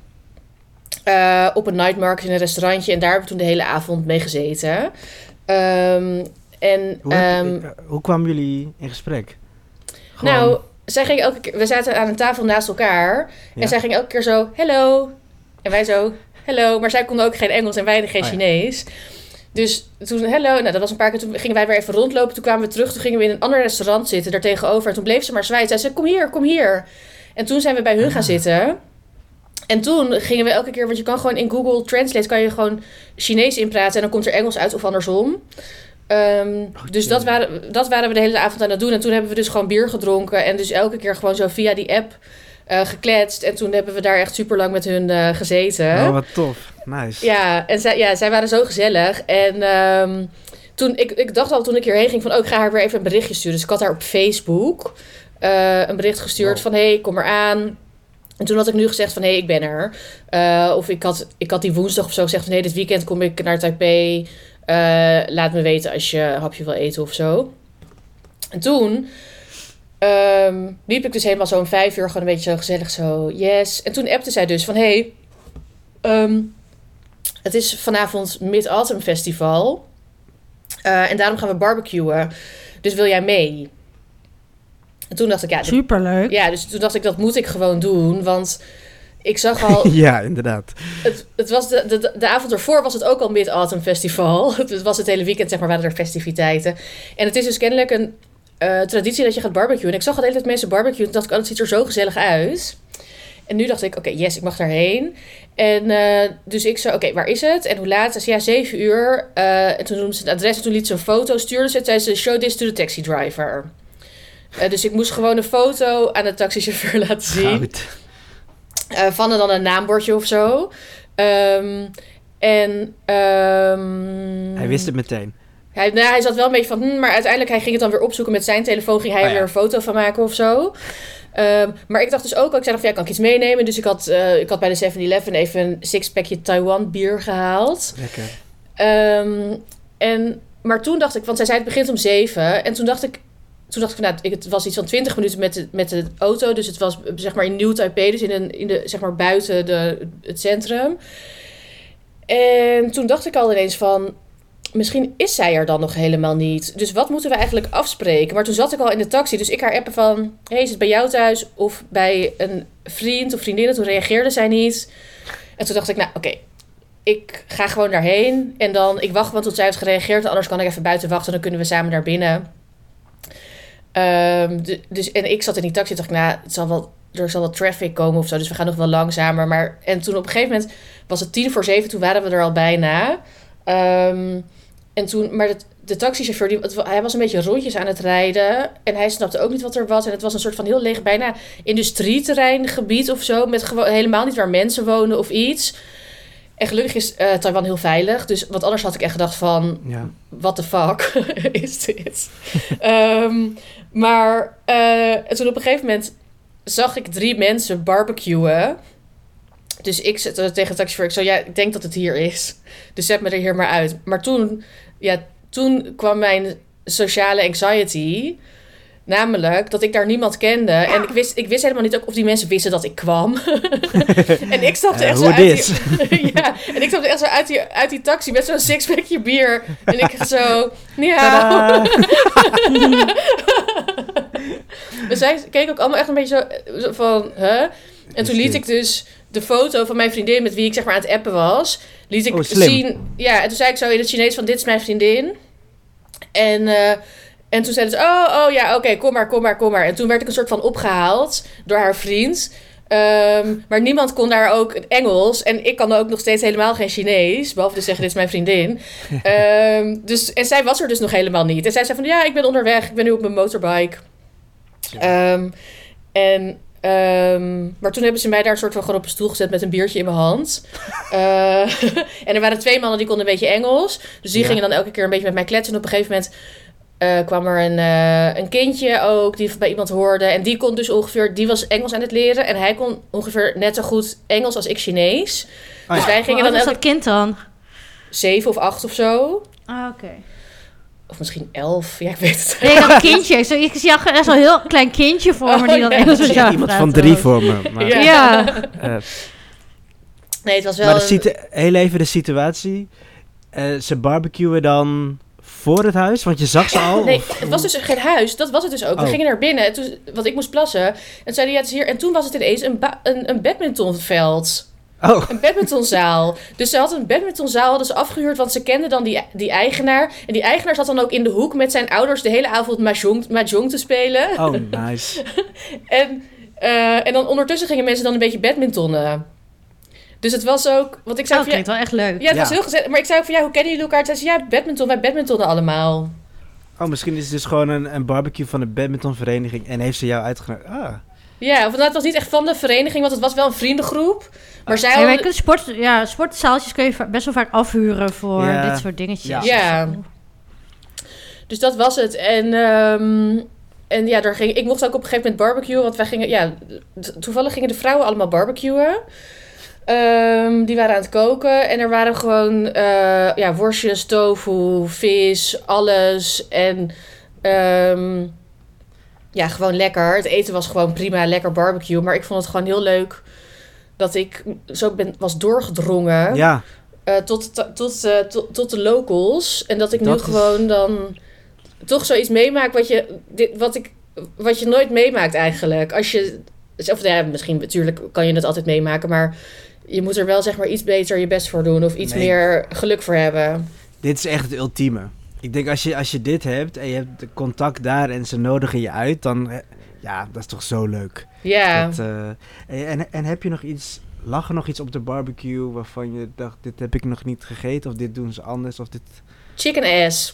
[SPEAKER 3] Uh, op een night market in een restaurantje... en daar hebben we toen de hele avond mee gezeten. Um, en,
[SPEAKER 1] hoe, heb,
[SPEAKER 3] um,
[SPEAKER 1] uh, hoe kwamen jullie in gesprek? Gewoon...
[SPEAKER 3] Nou, zij ging elke keer... We zaten aan een tafel naast elkaar...
[SPEAKER 1] Ja.
[SPEAKER 3] en zij ging elke keer zo... Hello! En wij zo... Hello! Maar zij konden ook geen Engels en wij geen
[SPEAKER 1] oh, ja.
[SPEAKER 3] Chinees... Dus toen, hello, nou dat was een paar keer, toen gingen wij weer even rondlopen. Toen kwamen we terug, toen gingen we in een ander restaurant zitten, daar tegenover. En toen bleef ze maar zwijgen. Zij zei, kom hier, kom hier. En toen zijn we bij hun ah. gaan zitten. En toen gingen we elke keer, want je kan gewoon in Google Translate, kan je gewoon Chinees inpraten. En dan komt er Engels uit of andersom. Um, oh, dus dat waren, dat waren we de hele avond aan het doen. En toen hebben we dus gewoon bier gedronken. En dus elke keer gewoon zo via die app uh, gekletst. En toen hebben we daar echt super lang met hun uh, gezeten.
[SPEAKER 1] Oh, wat tof. Nice.
[SPEAKER 3] Ja, en zij, ja, zij waren zo gezellig. En um, toen, ik, ik dacht al toen ik hierheen ging van... oh, ik ga haar weer even een berichtje sturen. Dus ik had haar op Facebook uh, een bericht gestuurd wow. van... hé, hey, kom eraan. En toen had ik nu gezegd van... hé, hey, ik ben er. Uh, of ik had, ik had die woensdag of zo gezegd van... hé, hey, dit weekend kom ik naar Taipei. Uh, laat me weten als je een hapje wil eten of zo. En toen... Um, liep ik dus helemaal zo om vijf uur... gewoon een beetje zo gezellig zo... yes. En toen appte zij dus van... hé... Hey, um, het is vanavond Mid-Autumn Festival. Uh, en daarom gaan we barbecuen. Dus wil jij mee? En toen dacht ik, ja...
[SPEAKER 2] Superleuk.
[SPEAKER 3] Ja, dus toen dacht ik, dat moet ik gewoon doen. Want ik zag al...
[SPEAKER 1] ja, inderdaad.
[SPEAKER 3] Het, het was de, de, de avond ervoor was het ook al Mid-Autumn Festival. Het was het hele weekend, zeg maar, waren er festiviteiten. En het is dus kennelijk een uh, traditie dat je gaat barbecuen. En ik zag al de hele tijd mensen barbecuen. En dacht ik, oh, dat ziet er zo gezellig uit. En nu dacht ik, oké, okay, yes, ik mag daarheen. En uh, dus ik zei, oké, okay, waar is het? En hoe laat? Ze zei, ja, zeven uur. Uh, en toen noemde ze het adres en toen liet ze een foto sturen. Ze zei, show this to the taxi driver. Uh, dus ik moest gewoon een foto aan de taxichauffeur laten zien. Uh, van dan een naambordje of zo. Um, en... Um,
[SPEAKER 1] Hij wist het meteen.
[SPEAKER 3] Hij, nou, hij zat wel een beetje van... Hm, maar uiteindelijk hij ging het dan weer opzoeken met zijn telefoon. Ging hij
[SPEAKER 1] Oh,
[SPEAKER 3] er
[SPEAKER 1] ja.
[SPEAKER 3] weer een foto van maken of zo. Um, maar ik dacht dus ook... Ik zei nog van, ja, kan ik iets meenemen? Dus ik had, uh, ik had bij de seven eleven even een sixpackje Taiwan bier gehaald.
[SPEAKER 1] Lekker.
[SPEAKER 3] Um, en, maar toen dacht ik... Want zij zei het begint om zeven. En toen dacht ik... Toen dacht ik van, nou, ik, het was iets van twintig minuten met de, met de auto. Dus het was zeg maar in Nieuw Taipei. Dus in, een, in de, zeg maar buiten de, het centrum. En toen dacht ik al ineens van... Misschien is zij er dan nog helemaal niet. Dus wat moeten we eigenlijk afspreken? Maar toen zat ik al in de taxi. Dus ik haar appen van... Hey, is het bij jou thuis? Of bij een vriend of vriendin? Toen reageerde zij niet. En toen dacht ik, nou oké. Okay, ik ga gewoon daarheen. En dan, ik wacht wel tot zij heeft gereageerd. Anders kan ik even buiten wachten. Dan kunnen we samen naar binnen. Um, de, dus, en ik zat in die taxi en dacht ik, nou, het zal wel, er zal wel traffic komen of zo. Dus we gaan nog wel langzamer. Maar, en toen op een gegeven moment was het tien voor zeven. Toen waren we er al bijna. Um, en toen, maar de, de taxichauffeur, die, het, hij was een beetje rondjes aan het rijden. En hij snapte ook niet wat er was. En het was een soort van heel leeg, bijna industrieterreingebied of zo. Met gewoon helemaal niet waar mensen wonen of iets. En gelukkig is uh, Taiwan heel veilig. Dus wat anders had ik echt gedacht van...
[SPEAKER 1] Ja.
[SPEAKER 3] What the fuck is dit? um, maar uh, toen op een gegeven moment zag ik drie mensen barbecuen. Dus ik zette tegen de taxichauffeur. Ik zei, ja, ik denk dat het hier is. Dus zet me er hier maar uit. Maar toen, ja, toen kwam mijn sociale anxiety... Namelijk dat ik daar niemand kende. En ik wist, ik wist helemaal niet ook of die mensen wisten dat ik kwam. En ik stapte
[SPEAKER 1] uh,
[SPEAKER 3] echt zo uit
[SPEAKER 1] die,
[SPEAKER 3] ja, en ik stapte echt zo uit die, uit die taxi met zo'n sixpackje bier. En ik zo... Ja. Dus zij keken ook allemaal echt een beetje zo, zo van... Huh? En toen liet ik dus de foto van mijn vriendin... met wie ik zeg maar aan het appen was... liet ik
[SPEAKER 1] oh,
[SPEAKER 3] zien... Ja, en toen zei ik zo in het Chinees van... dit is mijn vriendin. En... Uh, En toen zeiden ze, oh, oh ja, oké, okay, kom maar, kom maar, kom maar. En toen werd ik een soort van opgehaald door haar vriend. Um, maar niemand kon daar ook Engels. En ik kan ook nog steeds helemaal geen Chinees. Behalve te zeggen, dit is mijn vriendin. um, dus, en zij was er dus nog helemaal niet. En zij zei van, ja, ik ben onderweg. Ik ben nu op mijn motorbike. Um, en... Um, maar toen hebben ze mij daar een soort van gewoon op een stoel gezet met een biertje in mijn hand. Uh, en er waren twee mannen die konden een beetje Engels. Dus die ja. gingen dan elke keer een beetje met mij kletsen. En op een gegeven moment... Uh, kwam er een, uh, een kindje ook die bij iemand hoorde. En die kon dus ongeveer... Die was Engels aan het leren. En hij kon ongeveer net zo goed Engels als ik Chinees.
[SPEAKER 2] Oh,
[SPEAKER 3] dus
[SPEAKER 2] ja.
[SPEAKER 3] wij gingen
[SPEAKER 2] Hoe
[SPEAKER 3] dan...
[SPEAKER 2] oud was dat kind dan?
[SPEAKER 3] Zeven of acht of zo.
[SPEAKER 2] Ah, oké. Okay.
[SPEAKER 3] Of misschien elf. Ja, ik weet het.
[SPEAKER 2] Nee, dat kindje. Zo, ik zie echt zo'n heel klein kindje voor me. Oh, die dan ja. Engels was. Ja,
[SPEAKER 1] iemand van drie voor me. Maar,
[SPEAKER 3] ja.
[SPEAKER 2] ja.
[SPEAKER 1] Uh,
[SPEAKER 3] nee, het was wel...
[SPEAKER 1] Maar de situ- heel even de situatie. Uh, ze barbecuen dan... Voor het huis? Want je zag ze al?
[SPEAKER 3] Nee,
[SPEAKER 1] of?
[SPEAKER 3] Het was dus geen huis. Dat was het dus ook. Oh. We gingen naar binnen. En toen, want ik moest plassen. En toen zei hij, ja, het is hier. En toen was het ineens een, ba- een, een badmintonveld.
[SPEAKER 1] Oh.
[SPEAKER 3] Een badmintonzaal. Dus ze had een badmintonzaal hadden ze afgehuurd. Want ze kenden dan die, die eigenaar. En die eigenaar zat dan ook in de hoek met zijn ouders de hele avond mahjong, mahjong te spelen.
[SPEAKER 1] Oh, nice.
[SPEAKER 3] en, uh, en dan ondertussen gingen mensen dan een beetje badmintonnen. Dus het was ook... Want ik zei
[SPEAKER 2] oh,
[SPEAKER 3] van, ja,
[SPEAKER 2] klinkt wel echt leuk.
[SPEAKER 3] Ja, het
[SPEAKER 2] ja.
[SPEAKER 3] was heel gezellig. Maar ik zei ook van, ja, hoe kennen jullie elkaar? Toen zei ze, ja, badminton. Wij badmintonnen allemaal.
[SPEAKER 1] Oh, misschien is het dus gewoon een, een barbecue van de badmintonvereniging en heeft ze jou uitgenodigd. Ah.
[SPEAKER 3] Ja, of het was niet echt van de vereniging, want het was wel een vriendengroep. Maar
[SPEAKER 2] ah.
[SPEAKER 3] zij
[SPEAKER 2] ja,
[SPEAKER 3] hadden...
[SPEAKER 2] sport, ja, sportzaaltjes kun je best wel vaak afhuren voor
[SPEAKER 1] ja.
[SPEAKER 2] dit soort dingetjes.
[SPEAKER 3] Ja. ja. Dus dat was het. En... Um, En ja, daar ging, ik mocht ook op een gegeven moment barbecuen. Want wij gingen, ja, toevallig gingen de vrouwen allemaal barbecuen. Um, die waren aan het koken. En er waren gewoon uh, ja, worstjes, tofu, vis, alles. En um, ja, gewoon lekker. Het eten was gewoon prima, lekker barbecue. Maar ik vond het gewoon heel leuk dat ik zo ben, was doorgedrongen.
[SPEAKER 1] Ja.
[SPEAKER 3] Uh, tot, tot, tot, uh, tot, tot de locals. En dat ik dat nu is... gewoon dan... toch zoiets meemaak wat je, dit, wat ik, wat je nooit meemaakt eigenlijk. Als je, of ja, misschien natuurlijk kan je het altijd meemaken, maar je moet er wel zeg maar iets beter je best voor doen of iets nee. meer geluk voor hebben.
[SPEAKER 1] Dit is echt het ultieme. Ik denk als je, als je dit hebt en je hebt contact daar en ze nodigen je uit, dan ja, dat is toch zo leuk.
[SPEAKER 3] Ja.
[SPEAKER 1] Dat, uh, en, en heb je nog iets, lag er nog iets op de barbecue waarvan je dacht, dit heb ik nog niet gegeten of dit doen ze anders of dit...
[SPEAKER 3] Chicken ass.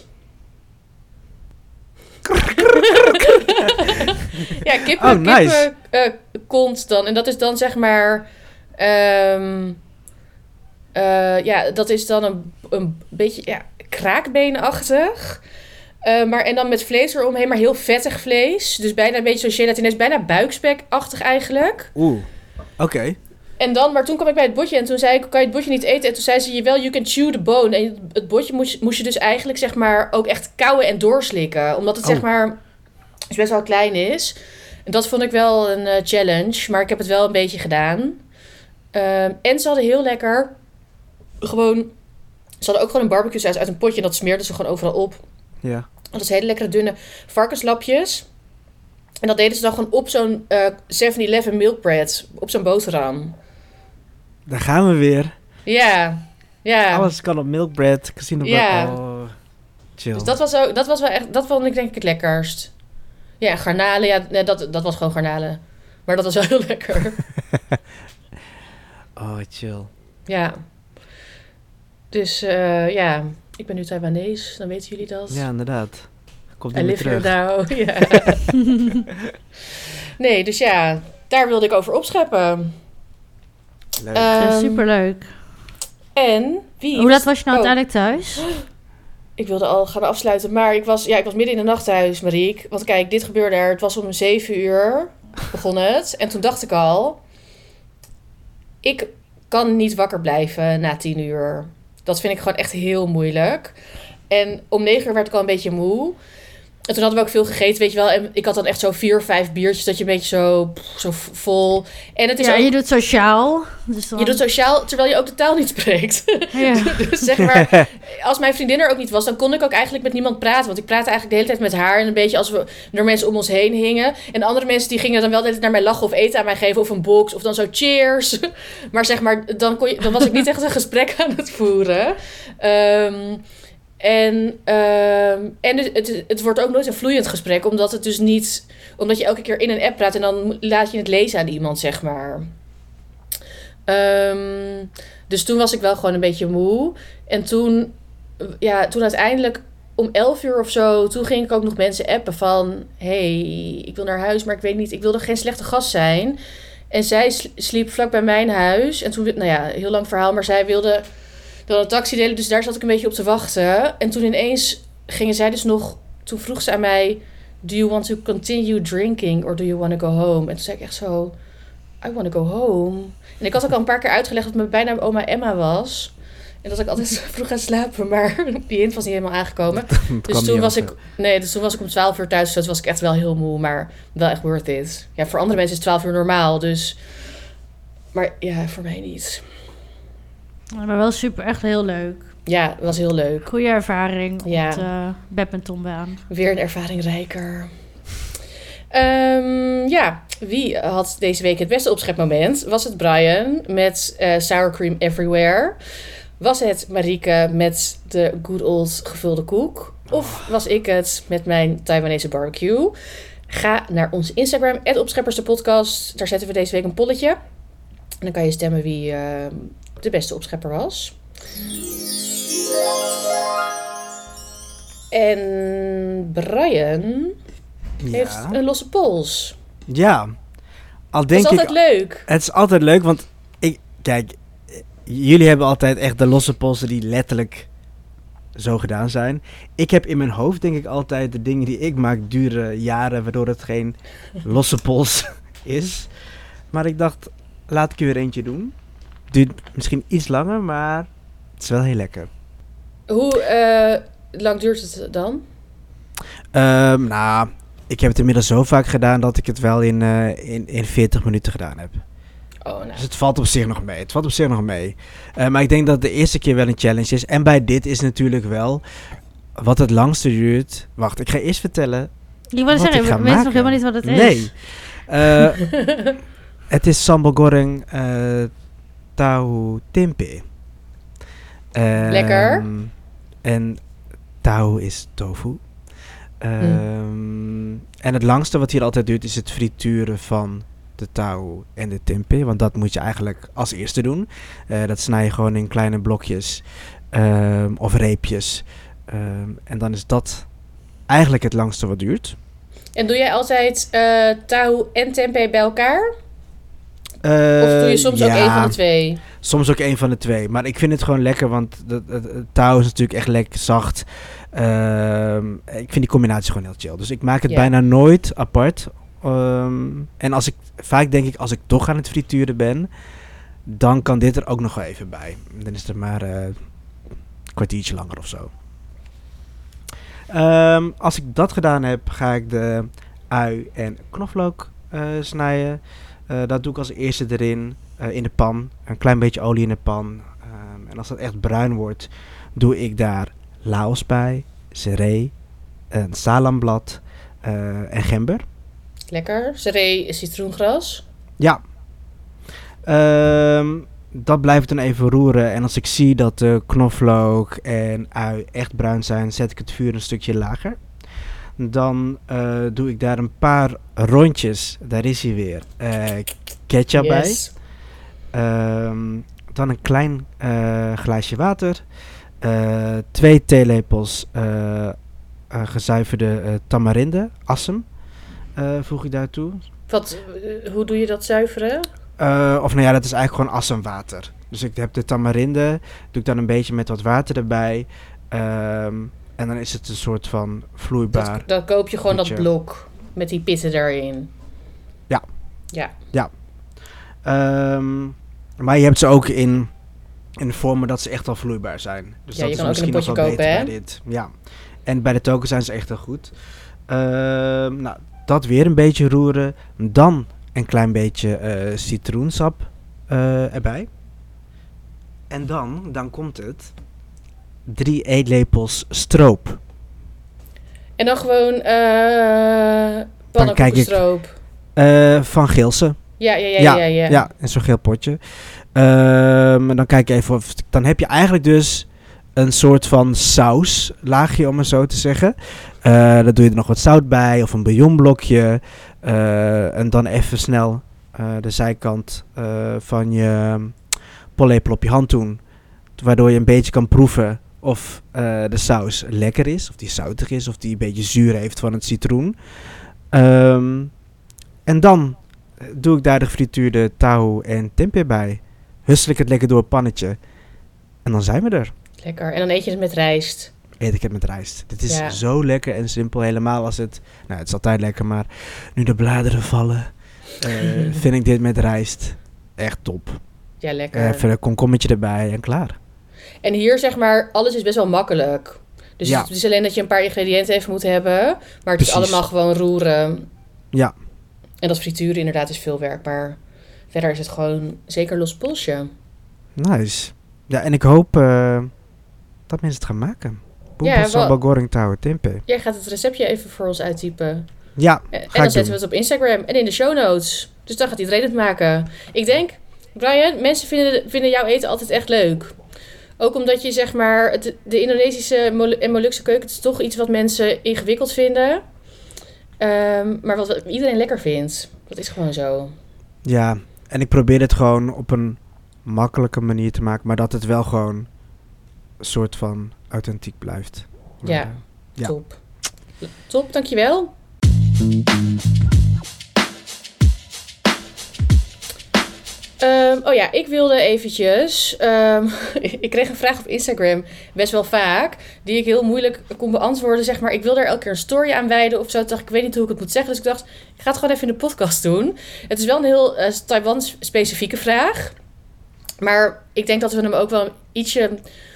[SPEAKER 3] ja, kippen,
[SPEAKER 1] oh, nice.
[SPEAKER 3] kippen uh, kont dan. En dat is dan zeg maar... Um, Uh, ja, dat is dan een, een beetje ja, kraakbeenachtig. Uh, maar en dan met vlees eromheen, maar heel vettig vlees. Dus bijna een beetje zo gelatineus, bijna buikspekachtig eigenlijk.
[SPEAKER 1] Oeh, oké. Okay.
[SPEAKER 3] En dan, maar toen kwam ik bij het botje en toen zei ik, kan je het botje niet eten? En toen zei ze, wel, you can chew the bone. En het botje moest, moest je dus eigenlijk, zeg maar, ook echt kauwen en doorslikken. Omdat het, oh. zeg maar, dus best wel klein is. En dat vond ik wel een uh, challenge, maar ik heb het wel een beetje gedaan. Uh, en ze hadden heel lekker, gewoon, ze hadden ook gewoon een barbecue saus uit een potje en dat smeerden ze gewoon overal op.
[SPEAKER 1] Ja.
[SPEAKER 3] Dat is hele lekkere dunne varkenslapjes. En dat deden ze dan gewoon op zo'n uh, seven eleven milkbread, op zo'n boterham.
[SPEAKER 1] Daar gaan we weer.
[SPEAKER 3] Ja, ja.
[SPEAKER 1] Alles kan op milkbread, casino.
[SPEAKER 3] Ja.
[SPEAKER 1] Oh, chill.
[SPEAKER 3] Dus dat was ook, dat was wel echt, dat vond ik denk ik het lekkerst. Ja, garnalen, ja, nee, dat, dat was gewoon garnalen. Maar dat was wel heel lekker.
[SPEAKER 1] Oh, chill.
[SPEAKER 3] Ja. Dus uh, ja, ik ben nu Taiwanese, dan weten jullie dat.
[SPEAKER 1] Ja, inderdaad. Komt
[SPEAKER 3] I
[SPEAKER 1] niet
[SPEAKER 3] live
[SPEAKER 1] meer terug.
[SPEAKER 3] here now. Ja. Nee, dus ja, daar wilde ik over opscheppen.
[SPEAKER 1] Leuk.
[SPEAKER 2] Um, superleuk.
[SPEAKER 3] En wie?
[SPEAKER 2] Hoe laat was je nou
[SPEAKER 3] oh.
[SPEAKER 2] uiteindelijk thuis?
[SPEAKER 3] Ik wilde al gaan afsluiten, maar ik was, ja, ik was midden in de nacht thuis, Marieke. Want kijk, dit gebeurde er. Het was om zeven uur begon het. En toen dacht ik al, ik kan niet wakker blijven na tien uur. Dat vind ik gewoon echt heel moeilijk. En om negen uur werd ik al een beetje moe. En toen hadden we ook veel gegeten, weet je wel. En ik had dan echt zo vier, vijf biertjes, dat je een beetje zo, zo vol. En het is
[SPEAKER 2] ja,
[SPEAKER 3] ook,
[SPEAKER 2] je doet sociaal. Dus dan...
[SPEAKER 3] Je doet sociaal, terwijl je ook de taal niet spreekt.
[SPEAKER 2] Ja.
[SPEAKER 3] Dus zeg maar, als mijn vriendin er ook niet was, dan kon ik ook eigenlijk met niemand praten. Want ik praatte eigenlijk de hele tijd met haar. En een beetje als we er mensen om ons heen hingen. En de andere mensen die gingen dan wel de hele tijd naar mij lachen of eten aan mij geven. Of een box, of dan zo cheers. Maar zeg maar, dan, kon je, dan was ik niet echt een gesprek aan het voeren. Um, En, uh, en het, het, het wordt ook nooit een vloeiend gesprek, omdat het dus niet, omdat je elke keer in een app praat en dan laat je het lezen aan iemand, zeg maar. Um, dus toen was ik wel gewoon een beetje moe. En toen, ja, toen uiteindelijk om elf uur of zo, toen ging ik ook nog mensen appen van, hey, ik wil naar huis, maar ik weet niet, ik wilde geen slechte gast zijn. En zij sliep vlak bij mijn huis. En toen, nou ja, heel lang verhaal, maar zij wilde dan een taxi delen, dus daar zat ik een beetje op te wachten. En toen ineens gingen zij dus nog, toen vroeg ze aan mij, do you want to continue drinking or do you want to go home? En toen zei ik echt zo, I want to go home. En ik had ook al een paar keer uitgelegd dat mijn bijnaam oma Emma was. En dat ik altijd vroeg gaan slapen, maar die hint was niet helemaal aangekomen. Dus toen was ik, nee, dus toen was ik om twaalf uur thuis, dus toen was ik echt wel heel moe, maar wel echt worth it. Ja, voor andere mensen is twaalf uur normaal, dus, maar ja, voor mij niet.
[SPEAKER 2] Maar wel super, echt heel leuk.
[SPEAKER 3] Ja, het was heel leuk.
[SPEAKER 2] Goeie ervaring
[SPEAKER 3] ja.
[SPEAKER 2] op de badmintonbaan.
[SPEAKER 3] Weer een ervaring rijker. Um, ja, wie had deze week het beste opschepmoment? Was het Brian met uh, Sour Cream Everywhere? Was het Marieke met de good old gevulde koek? Of was ik het met mijn Taiwanese barbecue? Ga naar ons Instagram, at opscheppersdepodcast. Daar zetten we deze week een polletje. En dan kan je stemmen wie uh, de beste opschepper was. En Brian
[SPEAKER 1] ja.
[SPEAKER 3] heeft een losse pols.
[SPEAKER 1] Ja. Al denk
[SPEAKER 3] dat is altijd
[SPEAKER 1] ik,
[SPEAKER 3] leuk.
[SPEAKER 1] Het is altijd leuk, want ik, kijk, jullie hebben altijd echt de losse polsen die letterlijk zo gedaan zijn. Ik heb in mijn hoofd denk ik altijd de dingen die ik maak duren jaren, waardoor het geen losse pols is. Maar ik dacht, laat ik er weer eentje doen. Duurt misschien iets langer, maar het is wel heel lekker.
[SPEAKER 3] Hoe uh, lang duurt het dan?
[SPEAKER 1] Um, nou, ik heb het inmiddels zo vaak gedaan dat ik het wel in, uh, in, in veertig minuten gedaan heb.
[SPEAKER 3] Oh, nou.
[SPEAKER 1] Dus het valt op zich nog mee. Het valt op zich nog mee. Uh, maar ik denk dat de eerste keer wel een challenge is. En bij dit is natuurlijk wel wat het langste duurt. Wacht, ik ga eerst vertellen.
[SPEAKER 2] Je wilde zeggen, we weten nog helemaal niet wat het is.
[SPEAKER 1] Nee. Uh, het is sambal goreng uh, tahu tempeh. Um,
[SPEAKER 3] Lekker.
[SPEAKER 1] En tahu is tofu. Um, mm. En het langste wat hier altijd duurt is het frituren van de tahu en de tempeh. Want dat moet je eigenlijk als eerste doen. Uh, dat snij je gewoon in kleine blokjes um, of reepjes. Um, en dan is dat eigenlijk het langste wat duurt.
[SPEAKER 3] En doe jij altijd uh, tahu en tempeh bij elkaar?
[SPEAKER 1] Uh,
[SPEAKER 3] of doe je soms
[SPEAKER 1] ja,
[SPEAKER 3] ook één van de twee?
[SPEAKER 1] soms ook een van de twee. Maar ik vind het gewoon lekker, want het, het, het touw is natuurlijk echt lekker zacht. Um, ik vind die combinatie gewoon heel chill. Dus ik maak het
[SPEAKER 3] Ja.
[SPEAKER 1] bijna nooit apart. Um, en als ik, vaak denk ik, als ik toch aan het frituren ben, dan kan dit er ook nog wel even bij. Dan is het maar uh, een kwartiertje langer of zo. Um, als ik dat gedaan heb, ga ik de ui en knoflook uh, snijden. Uh, dat doe ik als eerste erin, uh, in de pan. Een klein beetje olie in de pan. Um, en als dat echt bruin wordt, doe ik daar laos bij, seree, een salamblad uh, en gember.
[SPEAKER 3] Lekker. Seree is citroengras.
[SPEAKER 1] Ja. Um, dat blijf ik dan even roeren. En als ik zie dat de knoflook en ui echt bruin zijn, zet ik het vuur een stukje lager. Dan uh, doe ik daar een paar rondjes, daar is hij weer, uh, ketchup
[SPEAKER 3] Yes.
[SPEAKER 1] bij. Um, dan een klein uh, glaasje water. Uh, twee theelepels uh, uh, gezuiverde uh, tamarinde, assem, uh, voeg ik daartoe.
[SPEAKER 3] Wat, uh, hoe doe je dat zuiveren?
[SPEAKER 1] Uh, of nou ja, dat is eigenlijk gewoon assemwater. Dus ik heb de tamarinde, doe ik dan een beetje met wat water erbij. Um, en dan is het een soort van vloeibaar.
[SPEAKER 3] Dat, dan koop je gewoon
[SPEAKER 1] goedje.
[SPEAKER 3] dat blok met die pitten erin.
[SPEAKER 1] Ja.
[SPEAKER 3] Ja.
[SPEAKER 1] Ja. Um, maar je hebt ze ook in, in vormen dat ze echt al vloeibaar zijn. Dus
[SPEAKER 3] Ja,
[SPEAKER 1] dat
[SPEAKER 3] je
[SPEAKER 1] is
[SPEAKER 3] kan ook in een
[SPEAKER 1] misschien nog
[SPEAKER 3] potje
[SPEAKER 1] wel
[SPEAKER 3] kopen,
[SPEAKER 1] beter
[SPEAKER 3] hè?
[SPEAKER 1] bij dit. Ja. En bij de token zijn ze echt heel goed. Um, nou, dat weer een beetje roeren. Dan een klein beetje uh, citroensap uh, erbij. En dan, dan komt het. Drie eetlepels stroop.
[SPEAKER 3] En dan gewoon uh,
[SPEAKER 1] kijk
[SPEAKER 3] pannenkoekenstroop.
[SPEAKER 1] Uh, van Geelse.
[SPEAKER 3] Ja, ja, ja,
[SPEAKER 1] Ja,
[SPEAKER 3] ja, ja.
[SPEAKER 1] ja, in zo'n geel potje. Um, en dan kijk je even of... Dan heb je eigenlijk dus een soort van saus, laagje om het zo te zeggen. Uh, dan doe je er nog wat zout bij of een bouillonblokje. Uh, en dan even snel uh, de zijkant uh, van je pollepel op je hand doen. Waardoor je een beetje kan proeven of uh, de saus lekker is. Of die zoutig is. Of die een beetje zuur heeft van het citroen. Um, en dan doe ik daar de gefrituurde tahu en tempeh bij. Hussel ik het lekker door het pannetje. En dan zijn we er.
[SPEAKER 3] Lekker. En dan eet je het met rijst.
[SPEAKER 1] Eet ik het met rijst. Dit is
[SPEAKER 3] Ja.
[SPEAKER 1] zo lekker en simpel. Helemaal als het... Nou, het is altijd lekker, maar nu de bladeren vallen... Uh, vind ik dit met rijst echt top.
[SPEAKER 3] Ja, lekker.
[SPEAKER 1] Even een komkommetje erbij en klaar.
[SPEAKER 3] En hier zeg maar, alles is best wel makkelijk. Dus
[SPEAKER 1] Ja.
[SPEAKER 3] het is alleen dat je een paar ingrediënten even moet hebben. Maar het
[SPEAKER 1] Precies.
[SPEAKER 3] is allemaal gewoon roeren.
[SPEAKER 1] Ja.
[SPEAKER 3] En dat frituren inderdaad is veel werk. Maar verder is het gewoon zeker los polsje.
[SPEAKER 1] Nice. Ja, en ik hoop uh, dat mensen het gaan maken. Boempa
[SPEAKER 3] Ja,
[SPEAKER 1] sambal
[SPEAKER 3] wel-
[SPEAKER 1] goreng tahu tempeh.
[SPEAKER 3] Jij gaat het receptje even voor ons uittypen.
[SPEAKER 1] Ja,
[SPEAKER 3] En, en
[SPEAKER 1] ga
[SPEAKER 3] dan
[SPEAKER 1] ik
[SPEAKER 3] zetten
[SPEAKER 1] doen.
[SPEAKER 3] we het op Instagram en in de show notes. Dus dan gaat iedereen het maken. Ik denk, Brian, mensen vinden, vinden jouw eten altijd echt leuk. Ook omdat je zeg maar, het, de Indonesische Mol- en Molukse keuken, het is toch iets wat mensen ingewikkeld vinden. Um, maar wat iedereen lekker vindt. Dat is gewoon zo.
[SPEAKER 1] Ja, en ik probeer het gewoon op een makkelijke manier te maken. Maar dat het wel gewoon een soort van authentiek blijft. Maar,
[SPEAKER 3] Ja.
[SPEAKER 1] uh, Ja.
[SPEAKER 3] Top. Top, dankjewel. Um, oh ja, ik wilde eventjes... Um, ik kreeg een vraag op Instagram, best wel vaak... die ik heel moeilijk kon beantwoorden. Zeg maar, ik wil daar elke keer een story aan wijden of zo. Toen dacht ik, ik weet niet hoe ik het moet zeggen. Dus ik dacht, ik ga het gewoon even in de podcast doen. Het is wel een heel uh, Taiwan-specifieke vraag. Maar ik denk dat we hem ook wel ietsje...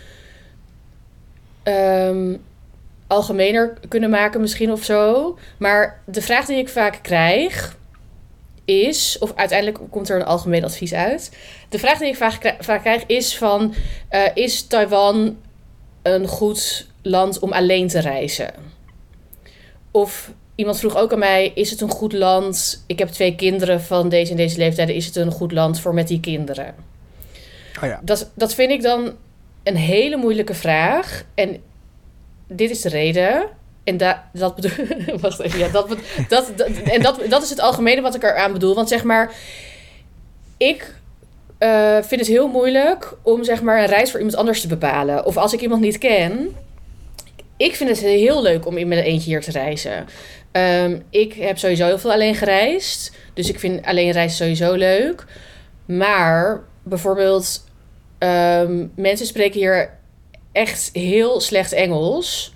[SPEAKER 3] Um, algemener kunnen maken misschien of zo. Maar de vraag die ik vaak krijg is... of uiteindelijk komt er een algemeen advies uit. De vraag die ik vaak, vaak krijg is van... Uh, is Taiwan een goed land om alleen te reizen? Of iemand vroeg ook aan mij... is het een goed land... ik heb twee kinderen van deze en deze leeftijden... is het een goed land voor met die kinderen?
[SPEAKER 1] Oh ja.
[SPEAKER 3] Dat, dat vind ik dan een hele moeilijke vraag. En dit is de reden. En da, dat bedoel wacht even. Ja, dat, dat, dat, en dat, dat is het algemene wat ik eraan bedoel. Want zeg maar, ik uh, vind het heel moeilijk om zeg maar een reis voor iemand anders te bepalen. Of als ik iemand niet ken. Ik vind het heel leuk om in mijn eentje hier te reizen. Um, ik heb sowieso heel veel alleen gereisd. Dus ik vind alleen reizen sowieso leuk. Maar bijvoorbeeld Um, mensen spreken hier echt heel slecht Engels.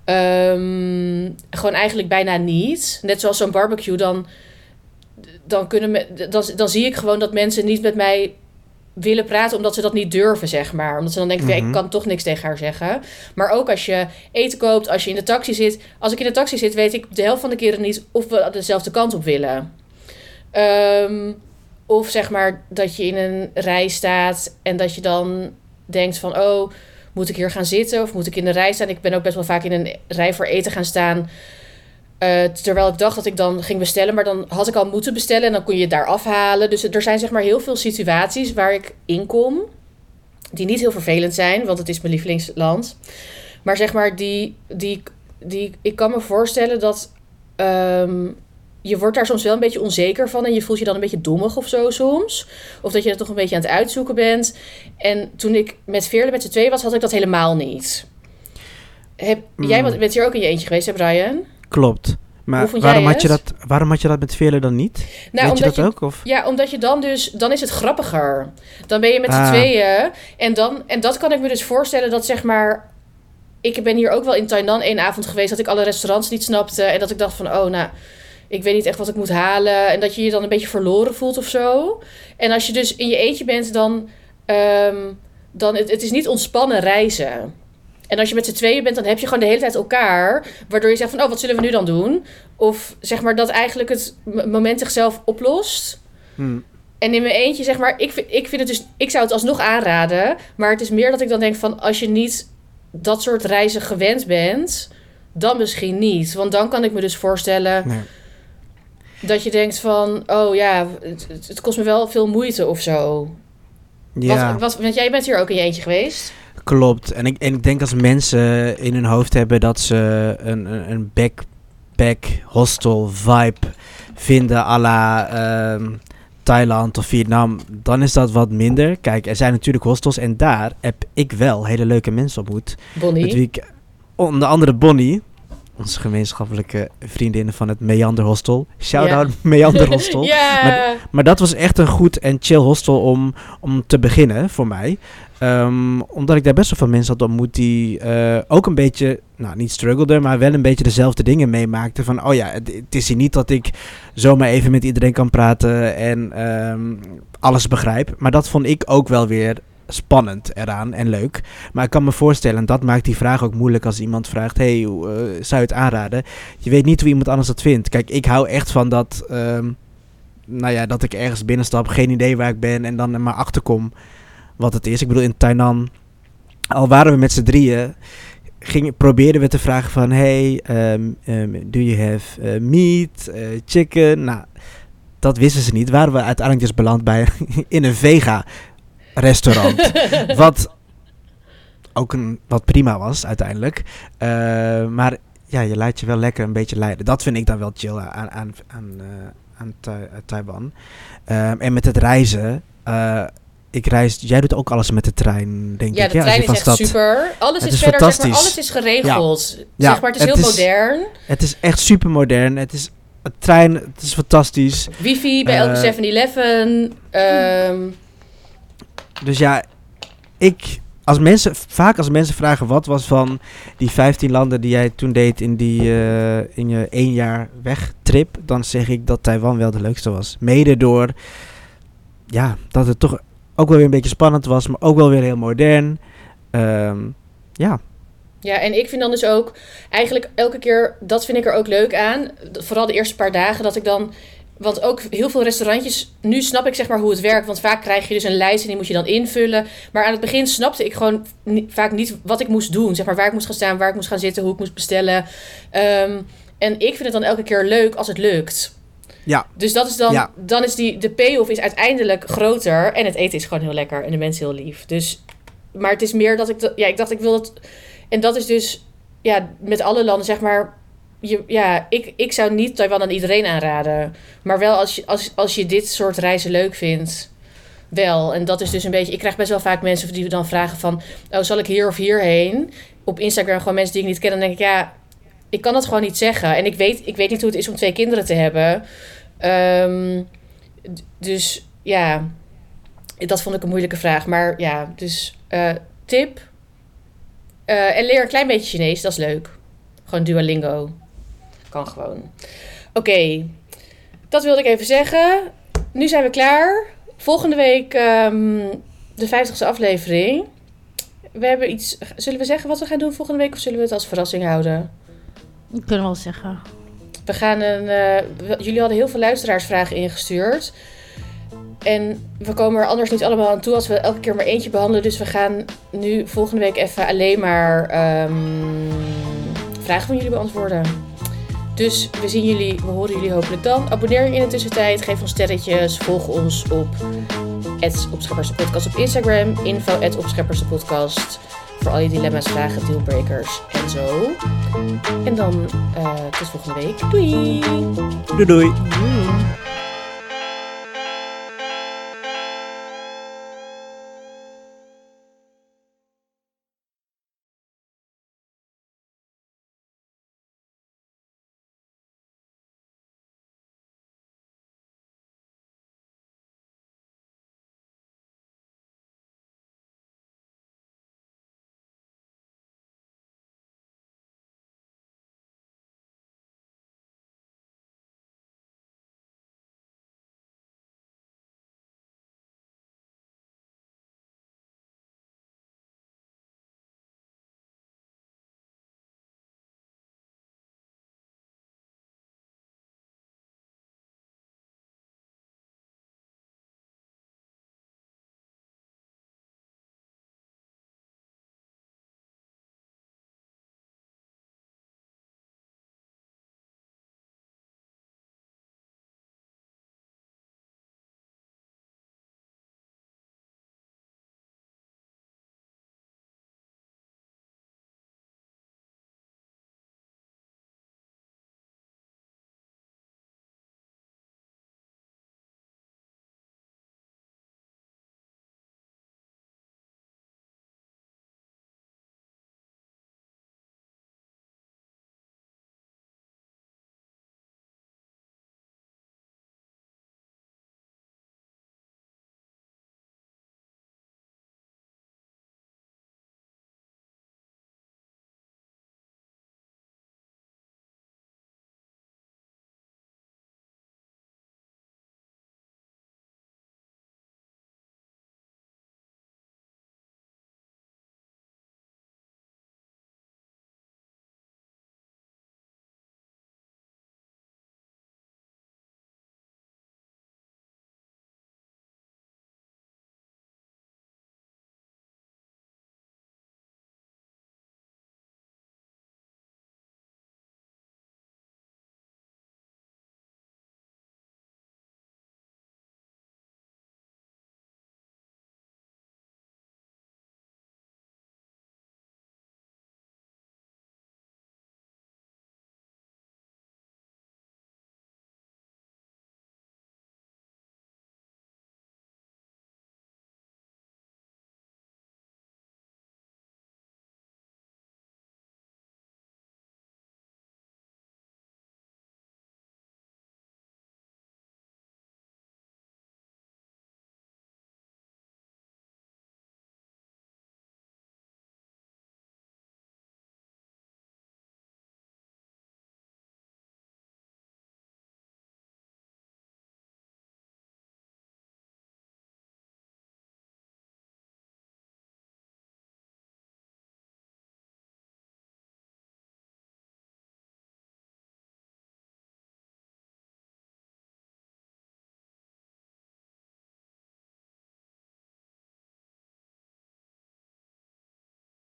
[SPEAKER 3] Um, gewoon eigenlijk bijna niet. Net zoals zo'n barbecue, dan, dan, kunnen me, dan, dan zie ik gewoon dat mensen niet met mij willen praten omdat ze dat niet durven, zeg maar. Omdat ze dan denken, mm-hmm. ik kan toch niks tegen haar zeggen. Maar ook als je eten koopt, als je in de taxi zit. Als ik in de taxi zit, weet ik de helft van de keren niet of we dezelfde kant op willen. Um, of zeg maar dat je in een rij staat en dat je dan denkt van, oh, moet ik hier gaan zitten of moet ik in de rij staan? Ik ben ook best wel vaak in een rij voor eten gaan staan. Uh, terwijl ik dacht dat ik dan ging bestellen, maar dan had ik al moeten bestellen en dan kon je het daar afhalen. Dus er zijn zeg maar heel veel situaties waar ik in kom, die niet heel vervelend zijn, want het is mijn lievelingsland. Maar zeg maar, die, die, die, ik kan me voorstellen dat um, je wordt daar soms wel een beetje onzeker van en je voelt je dan een beetje dommig of zo soms. Of dat je er toch een beetje aan het uitzoeken bent. En toen ik met Veerle met z'n twee was, had ik dat helemaal niet. Heb, mm. Jij bent hier ook in je eentje geweest, hè Brian?
[SPEAKER 1] Klopt. Maar waarom had, je dat, waarom had je dat met Veerle dan niet? Nou, Weet je dat je, ook? Of?
[SPEAKER 3] Ja, omdat je dan dus... Dan is het grappiger. Dan ben je met ah. z'n tweeën. En, dan, en dat kan ik me dus voorstellen dat zeg maar... Ik ben hier ook wel in Tainan één avond geweest... dat ik alle restaurants niet snapte. En dat ik dacht van... Oh, nou... Ik weet niet echt wat ik moet halen. En dat je je dan een beetje verloren voelt of zo. En als je dus in je eentje bent, dan... Um, dan het, het is niet ontspannen reizen. En als je met z'n tweeën bent, dan heb je gewoon de hele tijd elkaar. Waardoor je zegt van, oh, wat zullen we nu dan doen? Of zeg maar dat eigenlijk het moment zichzelf oplost. Hmm. En in mijn eentje, zeg maar, ik vind, ik vind het dus... Ik zou het alsnog aanraden. Maar het is meer dat ik dan denk van, als je niet dat soort reizen gewend bent, dan misschien niet. Want dan kan ik me dus voorstellen... Nee. Dat je denkt van, oh ja, het, het kost me wel veel moeite of zo. Ja. Wat, wat, want jij bent hier ook in je eentje geweest.
[SPEAKER 1] Klopt. En ik, en ik denk als mensen in hun hoofd hebben dat ze een, een, een backpack hostel vibe vinden à la um, Thailand of Vietnam, dan is dat wat minder. Kijk, er zijn natuurlijk hostels en daar heb ik wel hele leuke mensen ontmoet.
[SPEAKER 3] Bonnie.
[SPEAKER 1] Met wie ik, onder andere Bonnie. Onze gemeenschappelijke vriendinnen van het Meander Hostel. Shout-out yeah. Meander Hostel.
[SPEAKER 3] yeah.
[SPEAKER 1] maar, maar dat was echt een goed en chill hostel om, om te beginnen voor mij. Um, omdat ik daar best wel veel mensen had ontmoet die uh, ook een beetje, nou niet struggleden, maar wel een beetje dezelfde dingen meemaakten. Van, oh ja, het, het is hier niet dat ik zomaar even met iedereen kan praten en um, alles begrijp. Maar dat vond ik ook wel weer spannend eraan en leuk. Maar ik kan me voorstellen, en dat maakt die vraag ook moeilijk als iemand vraagt, hey, uh, zou je het aanraden? Je weet niet hoe iemand anders dat vindt. Kijk, ik hou echt van dat, um, nou ja, dat ik ergens binnenstap, geen idee waar ik ben en dan er maar achterkom wat het is. Ik bedoel, in Tainan, al waren we met z'n drieën, ging, probeerden we te vragen van, hey, um, um, do you have uh, meat, uh, chicken? Nou, dat wisten ze niet. Waren we uiteindelijk dus beland bij in een vega restaurant. wat ook een, wat prima was uiteindelijk. Uh, maar ja, je laat je wel lekker een beetje leiden. Dat vind ik dan wel chill aan, aan, aan, uh, aan Tha- Taiwan. Uh, en met het reizen. Uh, ik reis, jij doet ook alles met de trein, denk
[SPEAKER 3] ja,
[SPEAKER 1] ik.
[SPEAKER 3] De ja, de trein is echt stad. super. Alles is, is verder, zeg maar, alles is geregeld. Ja. Zeg maar, het is het heel is, modern.
[SPEAKER 1] Het is echt super modern. Het is een trein, het is fantastisch.
[SPEAKER 3] Wifi bij uh, elke seven eleven. Um,
[SPEAKER 1] Dus ja, ik, als mensen, vaak als mensen vragen wat was van die vijftien landen die jij toen deed in die, uh, in je één jaar wegtrip, dan zeg ik dat Taiwan wel de leukste was. Mede door, ja, dat het toch ook wel weer een beetje spannend was, maar ook wel weer heel modern. Um, ja.
[SPEAKER 3] Ja, en ik vind dan dus ook, eigenlijk elke keer, dat vind ik er ook leuk aan, vooral de eerste paar dagen, dat ik dan... Want ook heel veel restaurantjes, nu snap ik zeg maar hoe het werkt. Want vaak krijg je dus een lijst en die moet je dan invullen. Maar aan het begin snapte ik gewoon ni- vaak niet wat ik moest doen. Zeg maar waar ik moest gaan staan, waar ik moest gaan zitten, hoe ik moest bestellen. Um, en ik vind het dan elke keer leuk als het lukt.
[SPEAKER 1] Ja.
[SPEAKER 3] Dus dat is dan, ja. dan is die, de payoff is uiteindelijk groter. En het eten is gewoon heel lekker en de mensen heel lief. Dus, maar het is meer dat ik, ja, ik dacht ik wil het. En dat is dus, ja, met alle landen zeg maar. Je, ja, ik, ik zou niet Taiwan aan iedereen aanraden. Maar wel als je, als, als je dit soort reizen leuk vindt. Wel. En dat is dus een beetje... Ik krijg best wel vaak mensen die dan vragen van... Oh, zal ik hier of hierheen? Op Instagram gewoon mensen die ik niet ken. Dan denk ik, ja... Ik kan dat gewoon niet zeggen. En ik weet, ik weet niet hoe het is om twee kinderen te hebben. Um, d- dus ja... Dat vond ik een moeilijke vraag. Maar ja, dus uh, tip. Uh, en leer een klein beetje Chinees, dat is leuk. Gewoon Duolingo. Kan gewoon. Oké, okay. Dat wilde ik even zeggen. Nu zijn we klaar. Volgende week um, de vijftigste aflevering. We hebben iets... Zullen we zeggen wat we gaan doen volgende week? Of zullen we het als verrassing houden?
[SPEAKER 2] Dat kunnen we wel zeggen.
[SPEAKER 3] We gaan een... Uh, we, jullie hadden heel veel luisteraarsvragen ingestuurd. En we komen er anders niet allemaal aan toe als we elke keer maar eentje behandelen. Dus we gaan nu volgende week even alleen maar um, vragen van jullie beantwoorden. Dus we zien jullie, we horen jullie hopelijk dan. Abonneer je in de tussentijd, geef ons sterretjes, volg ons op at opscheppersdepodcast op Instagram, info at opscheppersdepodcast voor al je dilemma's, vragen, dealbreakers en zo. En dan uh, tot volgende week. Doei!
[SPEAKER 1] Doei doei!